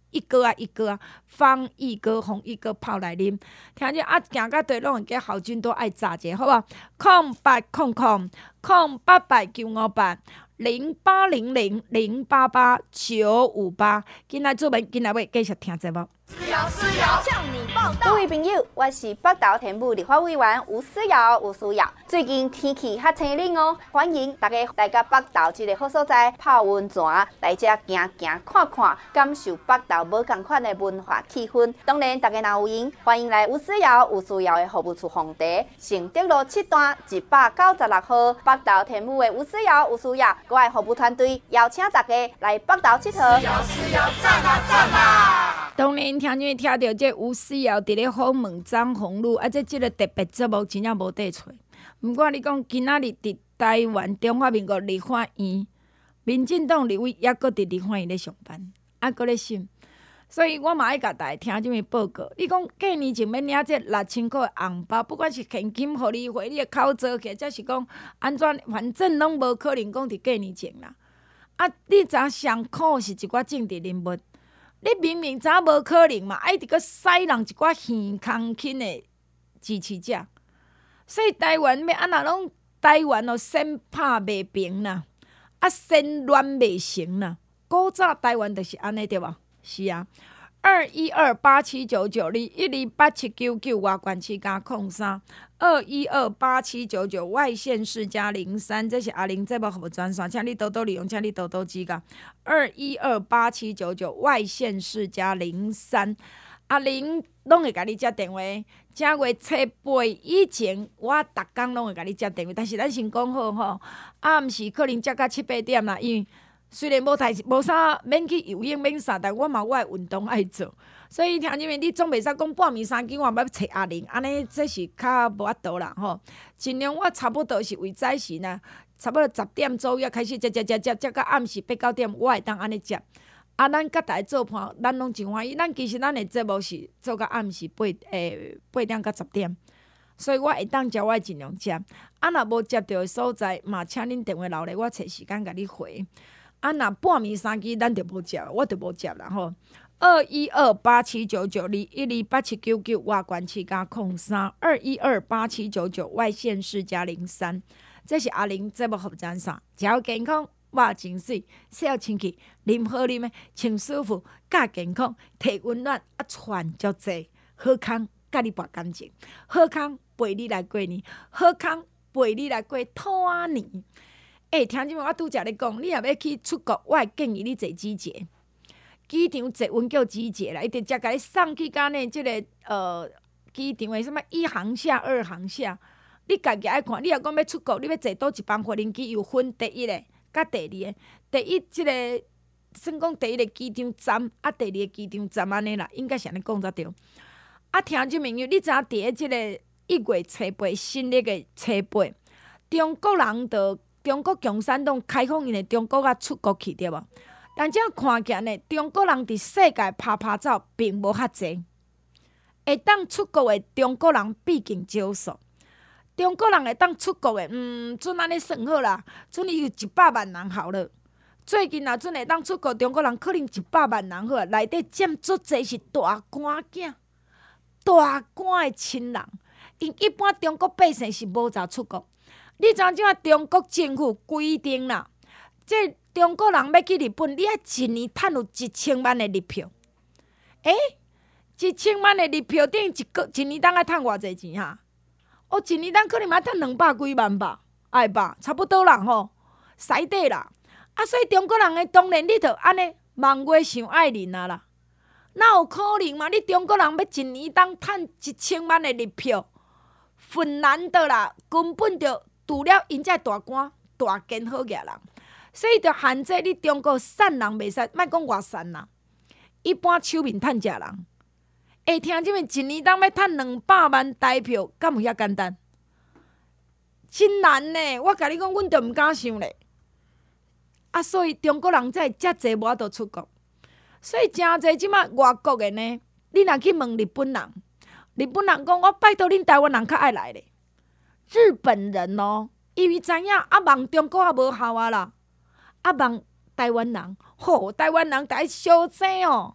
一哥啊一哥啊，方一哥、红一哥泡来啉。听见啊，行到地拢会记校军都爱炸者，好无？空八空空空八八九五八。零八零零零八八九五八，今仔做文，今仔要继续听节目。 思瑶，思瑶，向你报道。各位朋友，我是北投田埔立法委员吴思瑶，吴思瑶。最近天气较清冷哦，欢迎大家来到北投这个好所在泡温泉，来这行行看看，感受北投无同款的文化气氛。当然，大家若有闲，欢迎来吴思瑶、吴思瑶的服务处访茶，承德路七段一百九十六号，北投田埔的吴思瑶、吴思瑶，我的服务团队邀请大家来北投佚佗。思瑶，思瑶，赞啊赞啊！ 当然，听见听到这吴思瑶伫咧访问张宏路，啊，这即个特别节目真正无得找。毋过你讲今仔日伫台湾中华民国立法院，民进党立委也搁伫立法院咧上班，啊，搁咧审。所以我嘛爱甲大家听这么报告。你讲过年前要领这六千块的红包，不管是现金互你回，你的口做起，则是讲安怎，反正拢无可能讲伫过年前啦。啊，你知上苦是一寡政治人物。你明明知无可能嘛，爱伫个使人一寡耳空轻的支持者，所以台湾要安那拢台湾哦，先拍袂平啦，啊先乱袂成啦。古早台湾就是安尼对无？是啊，二一二八七九九二一二八七九九外关市加空三。二一二八七九九外县市加零三，这是阿玲节目服务专线，请你多多利用，请你多多指教。二一二八七九九外县市加零三，阿玲拢会甲你接电话。正月初八以前，我逐工拢会甲你接电话，但是咱先讲好吼，啊，毋是可能接到七八点啦，因为虽然无代无啥免去游泳免啥，但我嘛我的运动爱做。所以听见你总袂使讲半暝三更我要找阿玲，安尼这是较无法度啦吼。尽量我差不多是为早时呢，差不多十点左右开始接接接接接到暗时八九点，我会当安尼接。啊，咱甲大家做伴，咱拢真欢喜。咱其实咱的节目是做到暗时八诶八点到十点，所以我会当接，我会尽量接。啊，若无接到的所在，嘛请恁电话留咧，我找时间甲你回。啊，若半暝三更咱就无接，我就无接啦吼。二一二八七九九二一二八七九九外关市加空三，二一二八七九九外县市加零三，这是阿玲节目服务专线，只健康、活真水、洗清气、啉好啉的、穿舒服、加健康、摕温暖啊，传足济好康，甲你博感情，好康陪你来过年，好康陪你来过兔仔年。诶、欸，听见我拄则咧讲，你若要去出国，我会建议你坐机捷。机场坐稳叫机捷啦，伊直接甲你送去甲呢，即个呃机场的什么一航厦、二航厦，你家己爱看。你若讲要出国，你要坐倒一班飞行机，有分第一个、甲第二个。第一即、这个算讲第一个机场站，啊第二个机场站安尼啦，应该是安尼讲才对。啊，听即朋友，你知影伫个即个一月初八新历个初八，中国人着中国共产党开放因的中国啊出国去对无？但这样看起来呢，中国人伫世界拍拍走并无遐济，会当出国的中国人毕竟少数。中国人会当出国的，嗯，准安尼算好啦，准有一百万人好了。最近若准会当出国中国人，可能一百万人好啊，内底占足济是大官囝、大官的亲人。因一般中国百姓是无咋出国。你知影即马中国政府规定啦，这中国人要去日本，你爱一年趁有一千万的日票。诶、欸，一千万的日票等于一个一年当爱趁偌济钱哈？哦，一年当可能嘛趁两百几万吧，爱吧，差不多啦吼，使底啦。啊，所以中国人的当然你着安尼望月想爱人啊啦，哪有可能嘛？你中国人要一年当趁一千万的日票，困难的啦，根本就除了因遮大官、大奸好野人。所以，就限制你中国善人袂使，莫讲外善啦。一般手面趁食人，会听即面一年当要趁两百万台票，敢有遐简单？真难呢！我甲你讲，阮就毋敢想咧。啊，所以中国人才遮济无法度出国。所以诚济即马外国的呢，你若去问日本人，日本人讲我拜托恁台湾人较爱来咧。日本人哦，因为知影啊，望中国也无效啊啦。啊，望台湾人，吼、哦！台湾人逐个相争哦，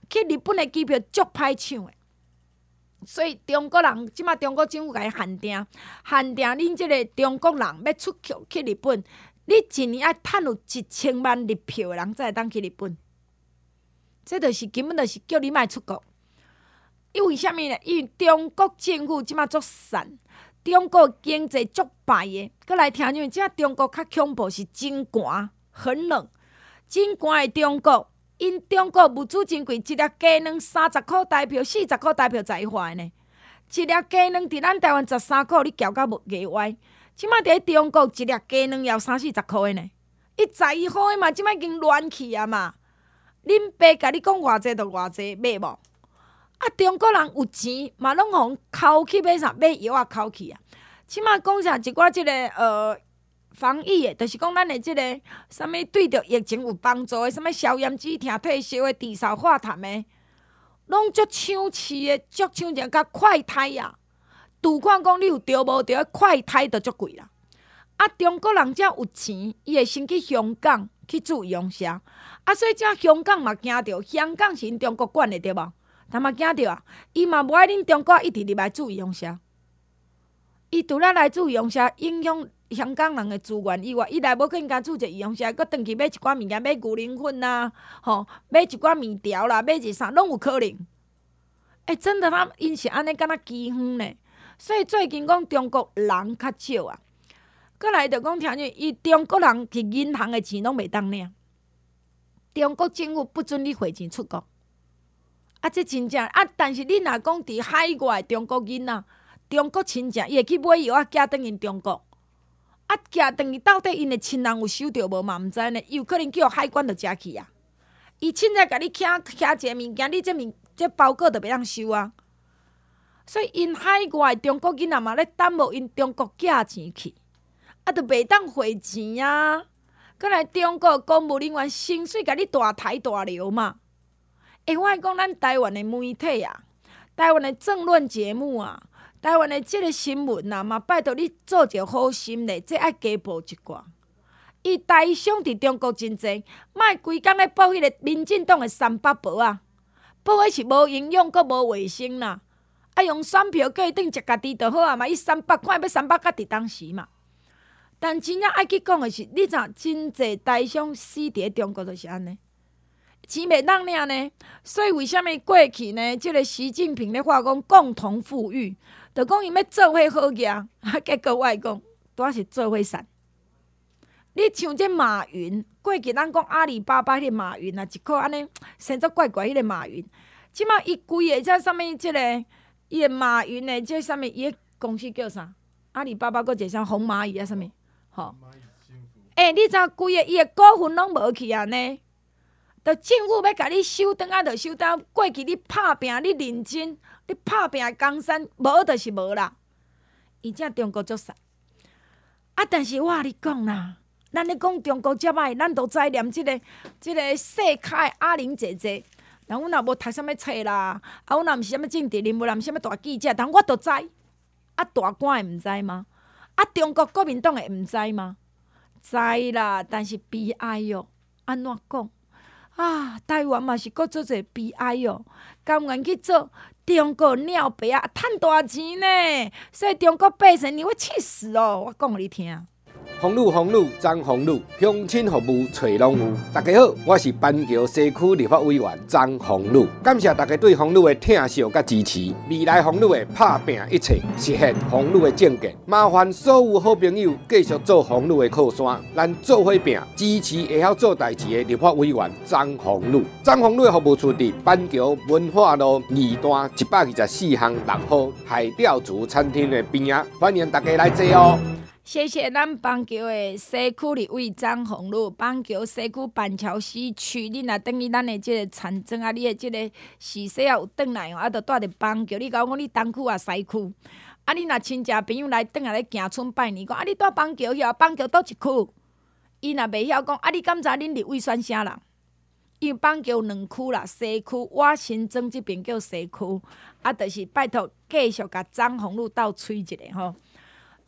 去日本的机票足歹抢的，所以中国人即马中国政府甲伊限定，限定恁即个中国人要出去去日本，你一年爱趁有一千万日票的人才会当去日本。这就是根本就是叫你莫出国。因为啥物呢？因为中国政府即马足散，中国经济足歹的。搁来听因为即中国较恐怖是真寒，很冷。真寒的中国，因中国物资真贵，一粒鸡卵三十箍台票、四十箍台票在花呢。一粒鸡卵伫咱台湾十三箍，你交到无价歪。即马伫中国一粒鸡卵要三四十箍的呢。伊在花嘛，即马已经乱去啊嘛。恁爸甲你讲偌济就偌济，买无？啊，中国人有钱嘛，拢互抠去买啥？买药啊，抠去啊。即马讲啥？一寡即、这个呃。防疫的，就是讲咱的即个啥物对着疫情有帮助的，啥物消炎止痛、退烧的、治嗽化痰的，拢足抢市的，足抢者甲快筛啊！拄看讲你有着无着，快筛就足贵啦。啊，中国人遮有钱，伊会先去香港去住营社，啊，所以遮香港嘛惊着，香港是因中国管的对无？但嘛惊着啊，伊嘛无爱恁中国一直入来住营社，伊除了来住营社，影响香港人的资源以外，伊来无可能家住一个营社，搁转去买一寡物件，买牛奶粉啦，吼，买一寡面条啦，买一啥拢有可能。诶、欸，真的，他因是安尼敢若饥荒呢。所以最近讲中国人较少啊，搁来就讲听见，伊中国人伫银行的钱拢袂当领，中国政府不准你汇钱出国。啊，这真正啊，但是你若讲伫海外中国囡仔，中国亲戚伊会去买药啊，寄转因中国。啊，寄转去到底因的亲人有收着无嘛？毋知呢，伊有可能叫海关就食去啊。伊凊彩甲你徛徛一个物件，你这物这包裹就袂当收啊。所以因海外中国囡仔嘛咧等无因中国寄钱去，啊，就袂当汇钱啊。搁来中国公务人员薪水甲你大抬大流嘛。诶，我爱讲咱台湾的媒体啊，台湾的政论节目啊。台湾的即个新闻啊，嘛拜托你做一个好心咧，这爱加报一寡。伊台商伫中国真济，莫规工咧报迄个民进党的三八报啊，报迄是无营养阁无卫生啦。啊，用选票过去顶食家己就好啊嘛，伊三八看要三八甲伫当时嘛。但真正爱去讲的是，你知真济台商死伫中国就是安尼，钱袂当领呢。所以为虾米过去呢？即、这个习近平咧话讲共同富裕。就讲伊要做伙好业，啊，结果我讲，拄是做伙散。你像这马云，过去咱讲阿里巴巴迄个马云啊，一个安尼生作怪怪迄个马云，即马伊规个这啥物即个伊个马云的这啥物伊个公司叫啥？阿里巴巴佫一个啥红蚂蚁啊啥物？吼，诶、欸，你知规个伊个股份拢无去啊呢？就政府要甲你收单啊，就收单。过去你拍拼，你认真，你拍拼的江山，无就是无啦。伊正中国足散啊！但是我甲你讲啦，咱咧讲中国遮歹，咱都知念即、这个即、这个世卡的阿玲姐姐。但阮也无读啥物册啦，啊，阮也毋是啥物政治人物，也毋是啥物大记者，但我都知。啊，大官会毋知吗？啊，中国国民党会毋知吗？知啦，但是悲哀哟、哦，安怎讲？啊，台湾嘛是搁做者悲哀哦，甘愿去做中国鸟白啊，趁大钱呢，所以中国百姓你会气死哦！我讲互你听。 红路红路张红路，乡亲服务找拢有。大家好，我是板桥西区立法委员张红路，感谢大家对红路的疼惜甲支持。未来红路的拍拼一切，实现红路的政见。麻烦所有好朋友继续做红路的靠山，咱做伙拼，支持会晓做代志的立法委员张红路。张红路的服务处伫板桥文化路二段一百二十四巷六号海钓族餐厅的边仔，欢迎大家来坐哦。 谢谢咱板桥的西区立委张宏路，板桥西区板桥西区，你若等于咱的即个产证啊，你的即个是说啊有转来哦，啊，着住伫板桥。你甲我讲你东区啊西区，啊，你若亲戚朋友来转来咧行村拜年，讲啊，你住板桥遐，板桥倒一区，伊若袂晓讲啊，你敢知恁立委选啥人？因为板桥两区啦，西区我新庄即边叫西区，啊，就是拜托继续甲张宏路斗吹一下吼。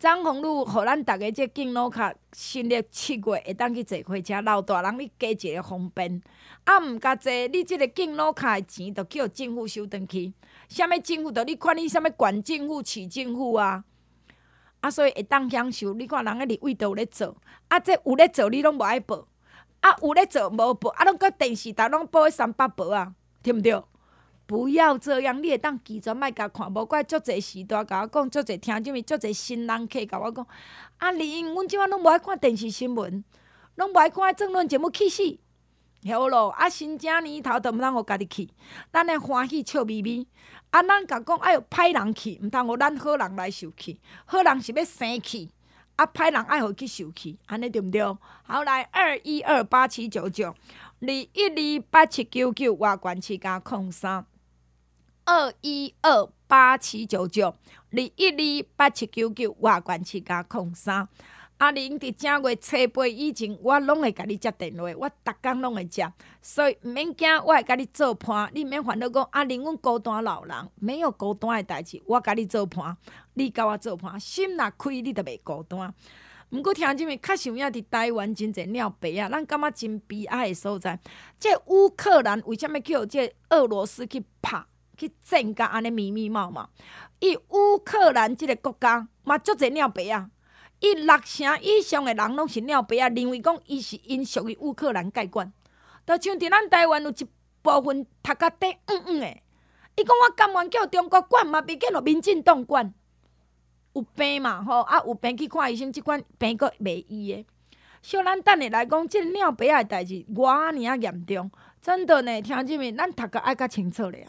张宏宇，互咱逐个这敬老卡新历七月会当去坐火车，老大人你加一个方便。啊，毋甲坐，你即个敬老卡的钱，着叫政府收转去。啥物政府？着你看你啥物县政府、市政府啊。啊，所以会当享受。你看人个立委都有咧做，啊，这有咧做，你拢无爱报。啊，有咧做无报，啊，拢搁电视台拢报迄三八报啊，对毋对？不要这样，你会当记住莫甲看，无怪足侪时代甲我讲，足侪听什物，足侪新人客甲我讲，啊，林，阮即摆拢无爱看电视新闻，拢无爱看政论节目，去死！好咯，啊，新正年头都毋通互家己去，咱来欢喜笑眯眯。啊，咱甲讲，哎哟，歹人去，毋通互咱好人来受气，好人是要生气。啊，歹人爱互去受气，安尼对毋对？好，来二一二八七九九，二一二八七九九，外关七加空三。二一二八七九九，二一二八七九九，外关七加空三。阿玲伫正月初八以前，我拢会甲你接电话，我逐工拢会接，所以毋免惊，我会甲你做伴。你毋免烦恼讲阿玲，阮孤单老人，没有孤单的代志，我甲你做伴，你甲我做伴，心若开，你就袂孤单。毋过听即物，较想影伫台湾真侪鸟白啊，咱感觉真悲哀的所在。这乌克兰为虾米叫这俄罗斯去拍？去战甲安尼密密麻麻，伊乌克兰即个国家嘛足侪鸟白啊！伊六成以上的人拢是鸟白啊，认为讲伊是因属于乌克兰界管。就像伫咱台湾有一部分读甲底嗯嗯的，伊讲我甘愿叫中国管，嘛别叫落民进党管。有病嘛吼，啊有病去看医生，即款病阁袂医的。小咱等下来讲，即、这个鸟白啊的代志，偌尔啊严重，真的呢，听即物，咱读甲爱较清楚咧啊。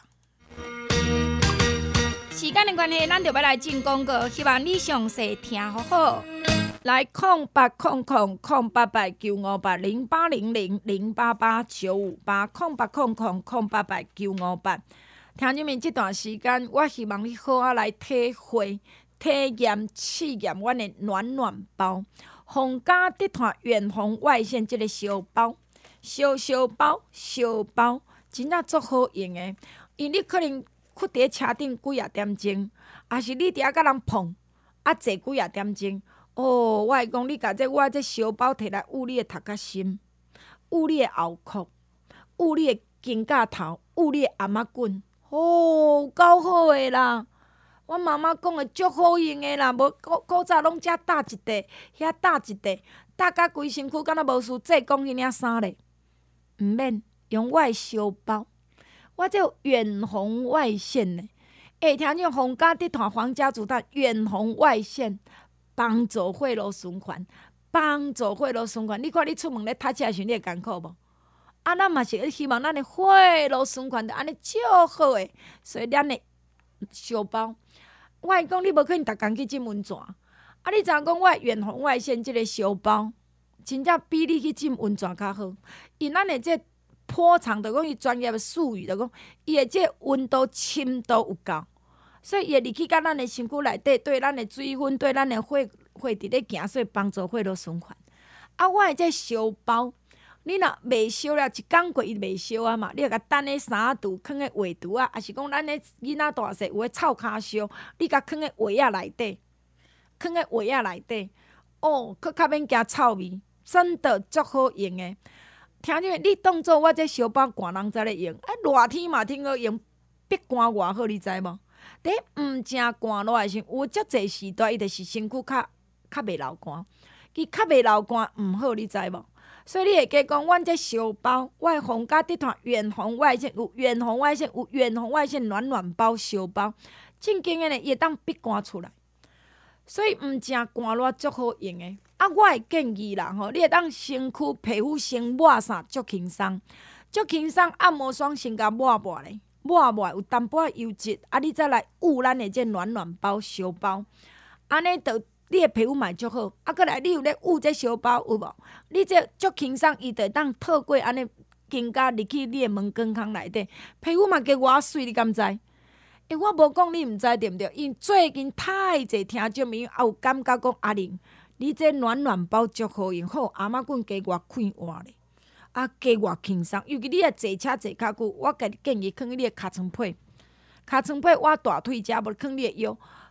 时间的关系，咱就要来进广告，希望你详细听好好。来，空八空空空八八九五八零八零零零八八九五八空八空空空八八九五八。听你们这段时间，我希望你好好来体会、体验、试验阮的暖暖包，皇家集团远红外线这个小包、小小包、小包，真正足好用的，因为你可能。屈伫车顶几啊点钟，也是你伫遐甲人碰，啊坐几啊点钟。哦，我会讲你甲这我这小包摕来捂你的头壳心，捂你的后壳，捂你的肩胛头，捂你的阿妈棍。哦，够好诶啦！我妈妈讲诶，足好用诶啦，无古古早拢遮搭一块，遐搭一块，搭甲规身躯敢若无输做讲迄领衫咧。毋免用我诶小包。我这远红外线呢，会听见皇家集团皇家集团远红外线帮助血路循环，帮助血路循环。你看你出门咧踏车时，你会艰苦无？啊，咱嘛是希望咱的血路循环着安尼足好诶，所以咱的小包，我会讲你无可能逐工去浸温泉，啊，你知影讲我的远红外线即个小包，真正比你去浸温泉较好，因咱的这。波长就讲伊专业的术语，就讲伊的这温度深度有够，所以伊会入去到咱的身躯内底，对咱的水分、对咱的血血伫咧行，所以帮助血路循环。啊，我的这小包，你若未烧了，一工过伊未烧啊嘛，你甲等咧三度，放咧画图啊，还是讲咱咧囡仔大细有诶臭骹烧，你甲放咧画仔内底，放咧画仔内底，哦，佫较免惊臭味，真的足好用诶。听见你当做我这小包寒人才咧用，啊热天嘛听个用，别寒偌好，你知无？伫毋正寒热诶时，有足侪时代伊就是身躯较较袂流汗，伊较袂流汗毋好，你知无？所以你会记讲，阮这小包，我诶皇家集团远红外线有远红外线有远红外线暖暖包小包，正经诶呢，伊会当逼寒出来，所以毋正寒热足好用诶。啊，我会建议啦吼，你会当身躯皮肤先抹啥足轻松，足轻松，按摩霜先甲抹抹咧，抹抹有淡薄仔油脂，啊，你再来捂咱的这暖暖包小包，安尼就你的皮肤嘛足好。啊，过来你有咧捂这小包有无？你这足轻松，伊就当透过安尼经过入去你的门根孔内底，皮肤嘛加偌水，你敢知？诶，我无讲你毋知对毋对？因最近太侪听众朋友也有感觉讲阿玲。你这暖暖包足好用，好阿嬷棍加偌快活咧，啊加偌轻松。尤其你若坐车坐较久，我甲你建议放你的尻川被，尻川被我大腿遮无放你的腰，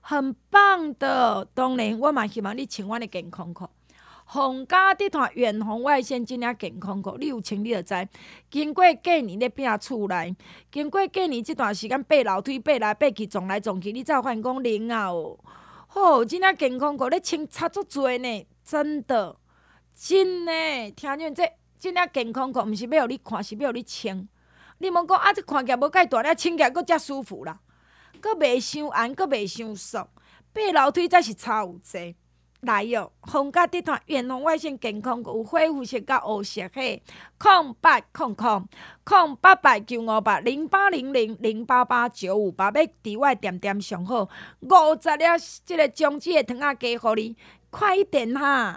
很棒的。当然，我嘛希望你穿阮的健康裤。皇家集团远红外线真正健康裤，你有穿你就知。经过过年咧拼厝内，经过过年即段时间爬楼梯、爬来爬去、撞来撞去，你才有发现讲灵啊哦，吼、哦，真正健康裤咧穿差足多呢，真的，真的，听见这真正健康裤，毋是要互你看，是要互你穿。你莫讲啊，这看起来无介大咧，穿起来佫遮舒服啦，佫袂伤红，佫袂伤俗，爬楼梯才是差有济。来哟、哦，皇家集团远红外线健康有恢复式甲黑色系，空八空空空八八九五八零八零零零八八九五八，要伫我店店上好，五十粒即个姜子的汤仔加互你，快一点哈！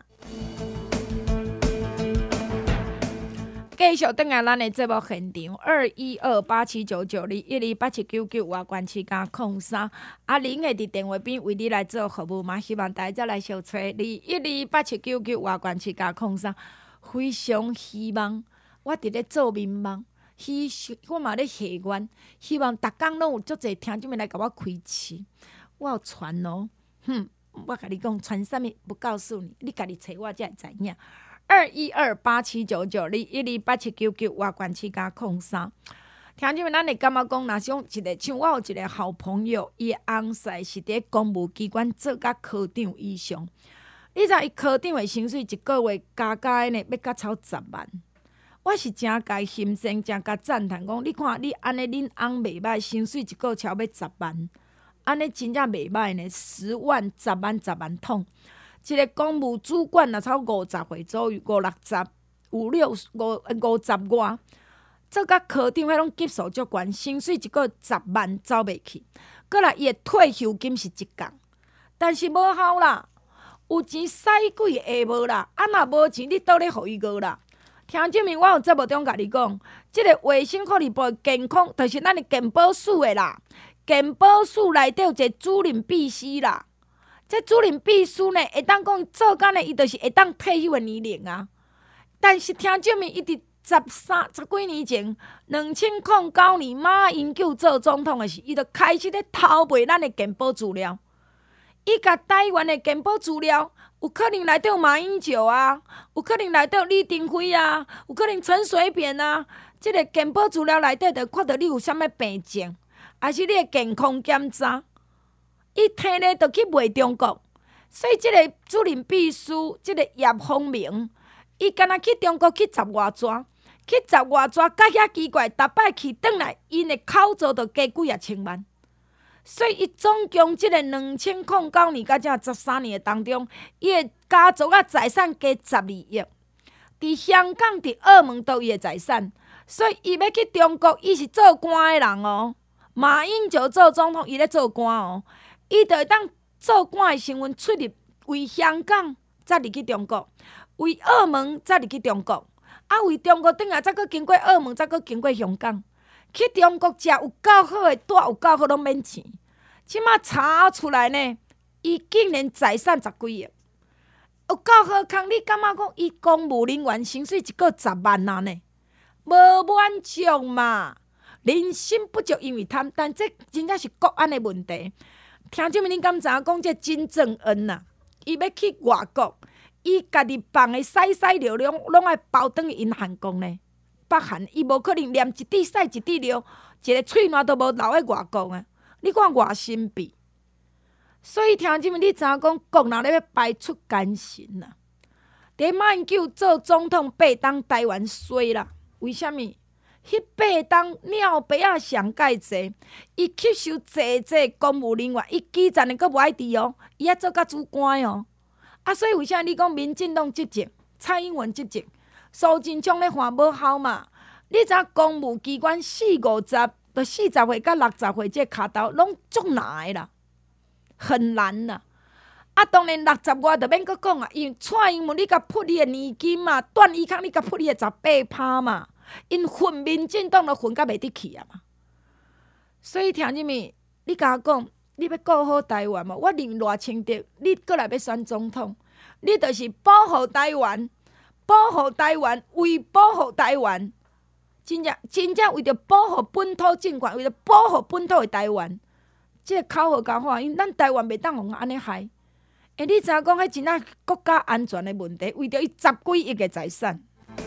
继续转来咱的节目现场，二一二八七九九二一二八七九九外关市加空三，阿玲会伫电话边为你来做服务嘛？希望大家来小找二一二八七九九外关市加空三，非常希望我伫咧做民望，希我嘛咧下愿，希望逐工拢有足侪听众们来甲我开市，我有传哦，哼，我甲你讲传啥物不告诉你，你家己找我才会知影。二一二八七九九二一二八七九九外关市加空三，听众们，咱会感觉讲，若是讲一个像我有一个好朋友，伊的翁婿是伫公务机关做甲科长以上，你知伊科长的薪水一个月加加呢，要甲超十万。我是真甲心生，真甲赞叹讲，你看你安尼，恁翁袂歹，薪水一个月超要十万，安尼真正袂歹呢，十万、十万、十万桶。一个公务主管若超五十岁左右，五六十、五六五五十外，做甲科长迄种级数足悬，薪水一个十万走袂去。过来伊的退休金是一共，但是无效啦，有钱使鬼下无啦，啊若无钱你倒咧互伊过啦。听证明我有节目中甲你讲，即、这个卫生福利部健康，就是咱的健保署的啦，健保署内底有一个主任秘书啦。这主任秘书呢，会当讲做干呢，伊就是会当退休的年龄啊。但是听证明，伊伫十三十几年前，两千零九年马英九做总统的时，伊就开始咧偷卖咱的健保资料。伊甲台湾的健保资料，有可能内底有马英九啊，有可能内底有李登辉啊，有可能陈水扁啊。即、这个健保资料内底，就看到你有啥物病症，还是你的健康检查。伊摕咧，就去卖中国，所以即个主任秘书，即、这个叶丰明，伊敢若去中国去十外转，去十外转，甲遐奇怪，逐摆去转来，因的口座就加几啊千万。所以伊总共即个两千零九年到这十三年的当中，伊的家族啊财产加十二亿，伫香港、伫澳门都有伊的财产，所以伊要去中国，伊是做官的人哦。马英九做总统，伊咧做官哦。伊就会当做官的身份出入，为香港再入去中国，为澳门再入去中国，啊，为中国转来再搁经过澳门，再搁经过香港，去中国食有够好的，住有够好，拢免钱。即马查出来呢，伊竟然财产十几亿，有够好康！你感觉讲伊公务人员薪水一个十万啊呢？无满足嘛？人心不足，因为贪，但这真正是国安的问题。听众们，恁敢知影讲这金正恩啊？伊要去外国，伊家己放的屎屎尿尿，拢爱包转去因韩国呢。北韩伊无可能连一滴屎一滴尿，一个喙烂都无留喺外国啊！你看偌神秘。所以听众们，你知影讲国人咧要排出奸臣啊？伫马英九做总统八当台湾衰啦，为虾米？迄八当鸟白仔上介济，伊吸收济济公务人员，伊基层的阁无爱伫哦，伊还做甲主官哦。啊，所以为啥你讲民进党执政，蔡英文执政，苏贞昌咧换无效嘛？你知影公务机关四五十到四十岁到六十岁，这骹头拢足难的啦，很难啦。啊，当然六十外就免阁讲啊，因为蔡英文你甲扑你的年金嘛，段义康你甲扑你的十八趴嘛。因混民进党都混甲袂得去啊嘛，所以听入面，你甲我讲，你要顾好台湾嘛？我认偌清德，你过来要选总统，你就是保护台湾，保护台湾，为保护台湾，真正真正为着保护本土政权，为着保护本土的台湾， 即、這个口号讲好，因为咱台湾袂当互安尼害。诶，你知影讲迄真啊国家安全的问题，为着伊十几亿的财产。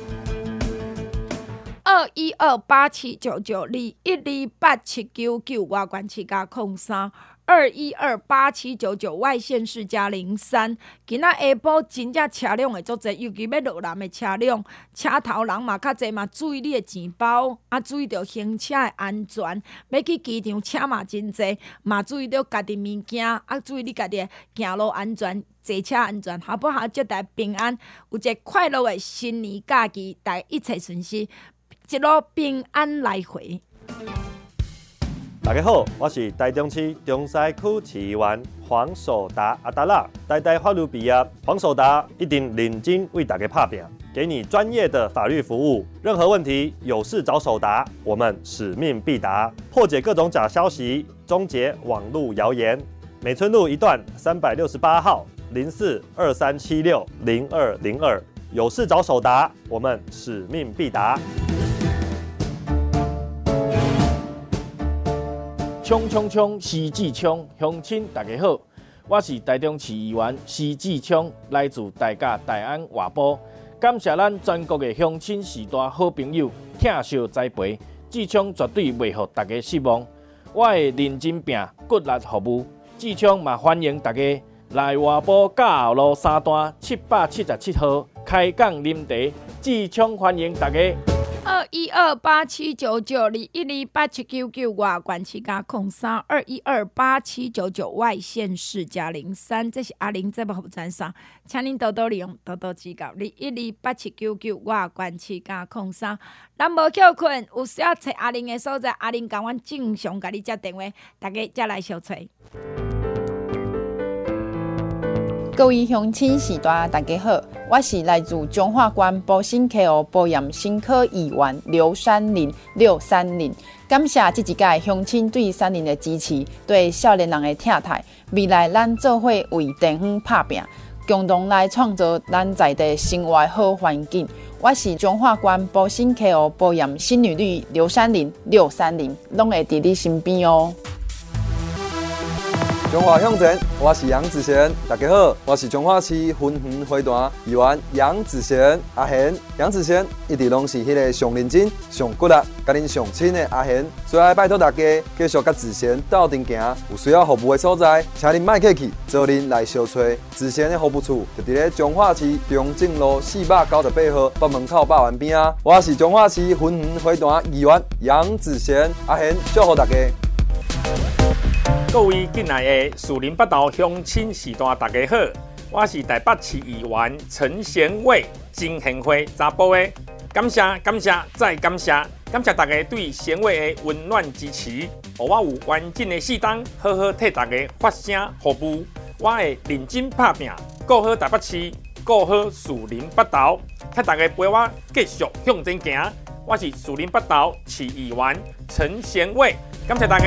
二一二八七九九二一二八七九九外关市加空三。二一二八七九九外县市加零三，今仔下晡真正车辆会足侪，尤其要落南的车辆，车头人嘛较侪嘛，注意你的钱包，啊注意着行车的安全。要去机场车嘛真侪，嘛注意着家己物件，啊注意你家己的行路安全、坐车安全，好不好？祝大家平安，有一个快乐的新年假期，大家一切顺心，一路平安来回。 大家好，我是台中市中西区市议员黄守达阿达拉。台大法律毕业，黄守达一定认真为大家拍拼，给你专业的法律服务。任何问题有事找守达，我们使命必达，破解各种假消息，终结网络谣言。美村路一段三百六十八号零四二三七六零二零二，有事找守达，我们使命必达。 冲冲冲！徐志昌，乡亲大家好，我是台中市议员徐志昌，来自大甲大安外埔，感谢咱全国的乡亲时代好朋友疼惜栽培，志昌绝对袂互大家失望。我会认真拼，骨力服务。志昌嘛欢迎大家来外埔甲后路三段七百七十七号开讲啉茶，志昌欢迎大家。 二一二八七九九二一二八七九九外关市加空三二一二八七九九外县市加零三，这是阿玲节目服务专线，请您多多利用，多多指教。二一二八七九九外关市加空三，咱无休困，有需要找阿玲的所在，阿玲甲阮正常甲你接电话，大家才来相找。 各位乡亲时代，大家好，我是来自中华县保新科学保养新科议员刘山林刘山林，感谢这一届乡亲对山林的支持，对少年人的疼爱。未来咱做伙为地方打拼，共同来创造咱在地生活好环境。我是中华县保新科学保养新女女刘山林刘山林，拢会伫你身边哦。 中华乡镇，我是杨子贤，大家好，我是中华市云园花坛议员杨子贤阿贤。杨子贤一直拢是迄个上认真、上骨力、甲恁上亲的阿贤，所以爱拜托大家继续甲子贤斗阵行，有需要服务的所在，请恁莫客气，找恁来相找。子贤的服务处就伫咧中华市中正路四百九十八号北门口百万边啊。我是中华市云园花坛议员杨子贤阿贤，祝福大家。 各位敬爱的树林北道乡亲时代，大家好，我是台北市议员陈贤伟，真贤惠查甫的，感谢感谢再感谢，感谢大家对贤伟的温暖支持，让我有完整的四档，好好替大家发声服务。我会认真打拼，顾好台北市，顾好树林北道，替大家陪我继续向前行。我是树林北道市议员陈贤伟，感谢大家。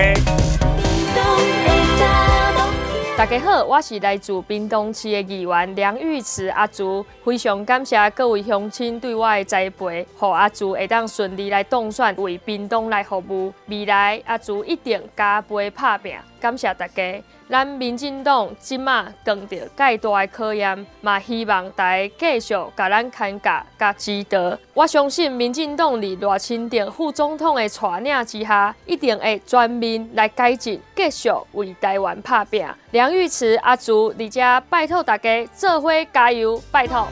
大家好，我是来自屏东市的议员梁玉慈阿朱，非常感谢各位乡亲对我的栽培，让阿朱会当顺利来当选为屏东来服务。未来阿朱一定加倍打拼，感谢大家。咱民进党即马扛着介大的考验，嘛希望大家继续甲咱牵架、甲指导。我相信民进党伫赖清德副总统的带领之下，一定会全面来改进，继续为台湾打拼。梁玉慈阿朱伫遮拜托大家做伙加油，拜托。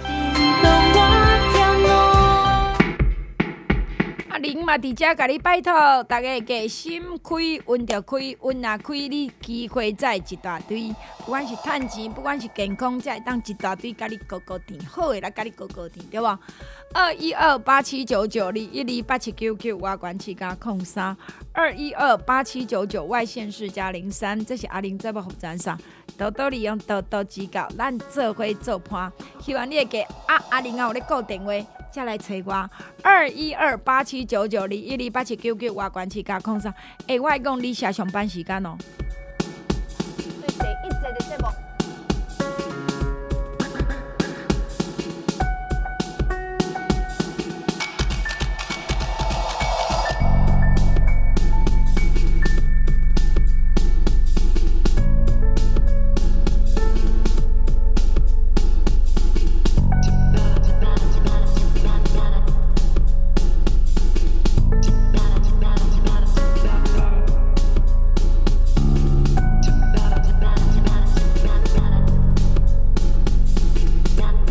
阿玲嘛伫遮甲你拜托，大家加心开，运着开，运啊开，你机会再一大堆。不管是趁钱，不管是健康，才会当一大堆甲你高高甜，好诶来甲你高高甜，对无？二一二八七九九二一二八七九九外关市加空三，二一二八七九九外县市加零三，这是阿玲节目服务专线，多多利用，多多指教，咱做伙做伴。希望你会给啊阿玲啊有咧顾电话。再来找我，二一二八七九九二一二八七九九外关市加空三。哎，我讲你写上班时间哦。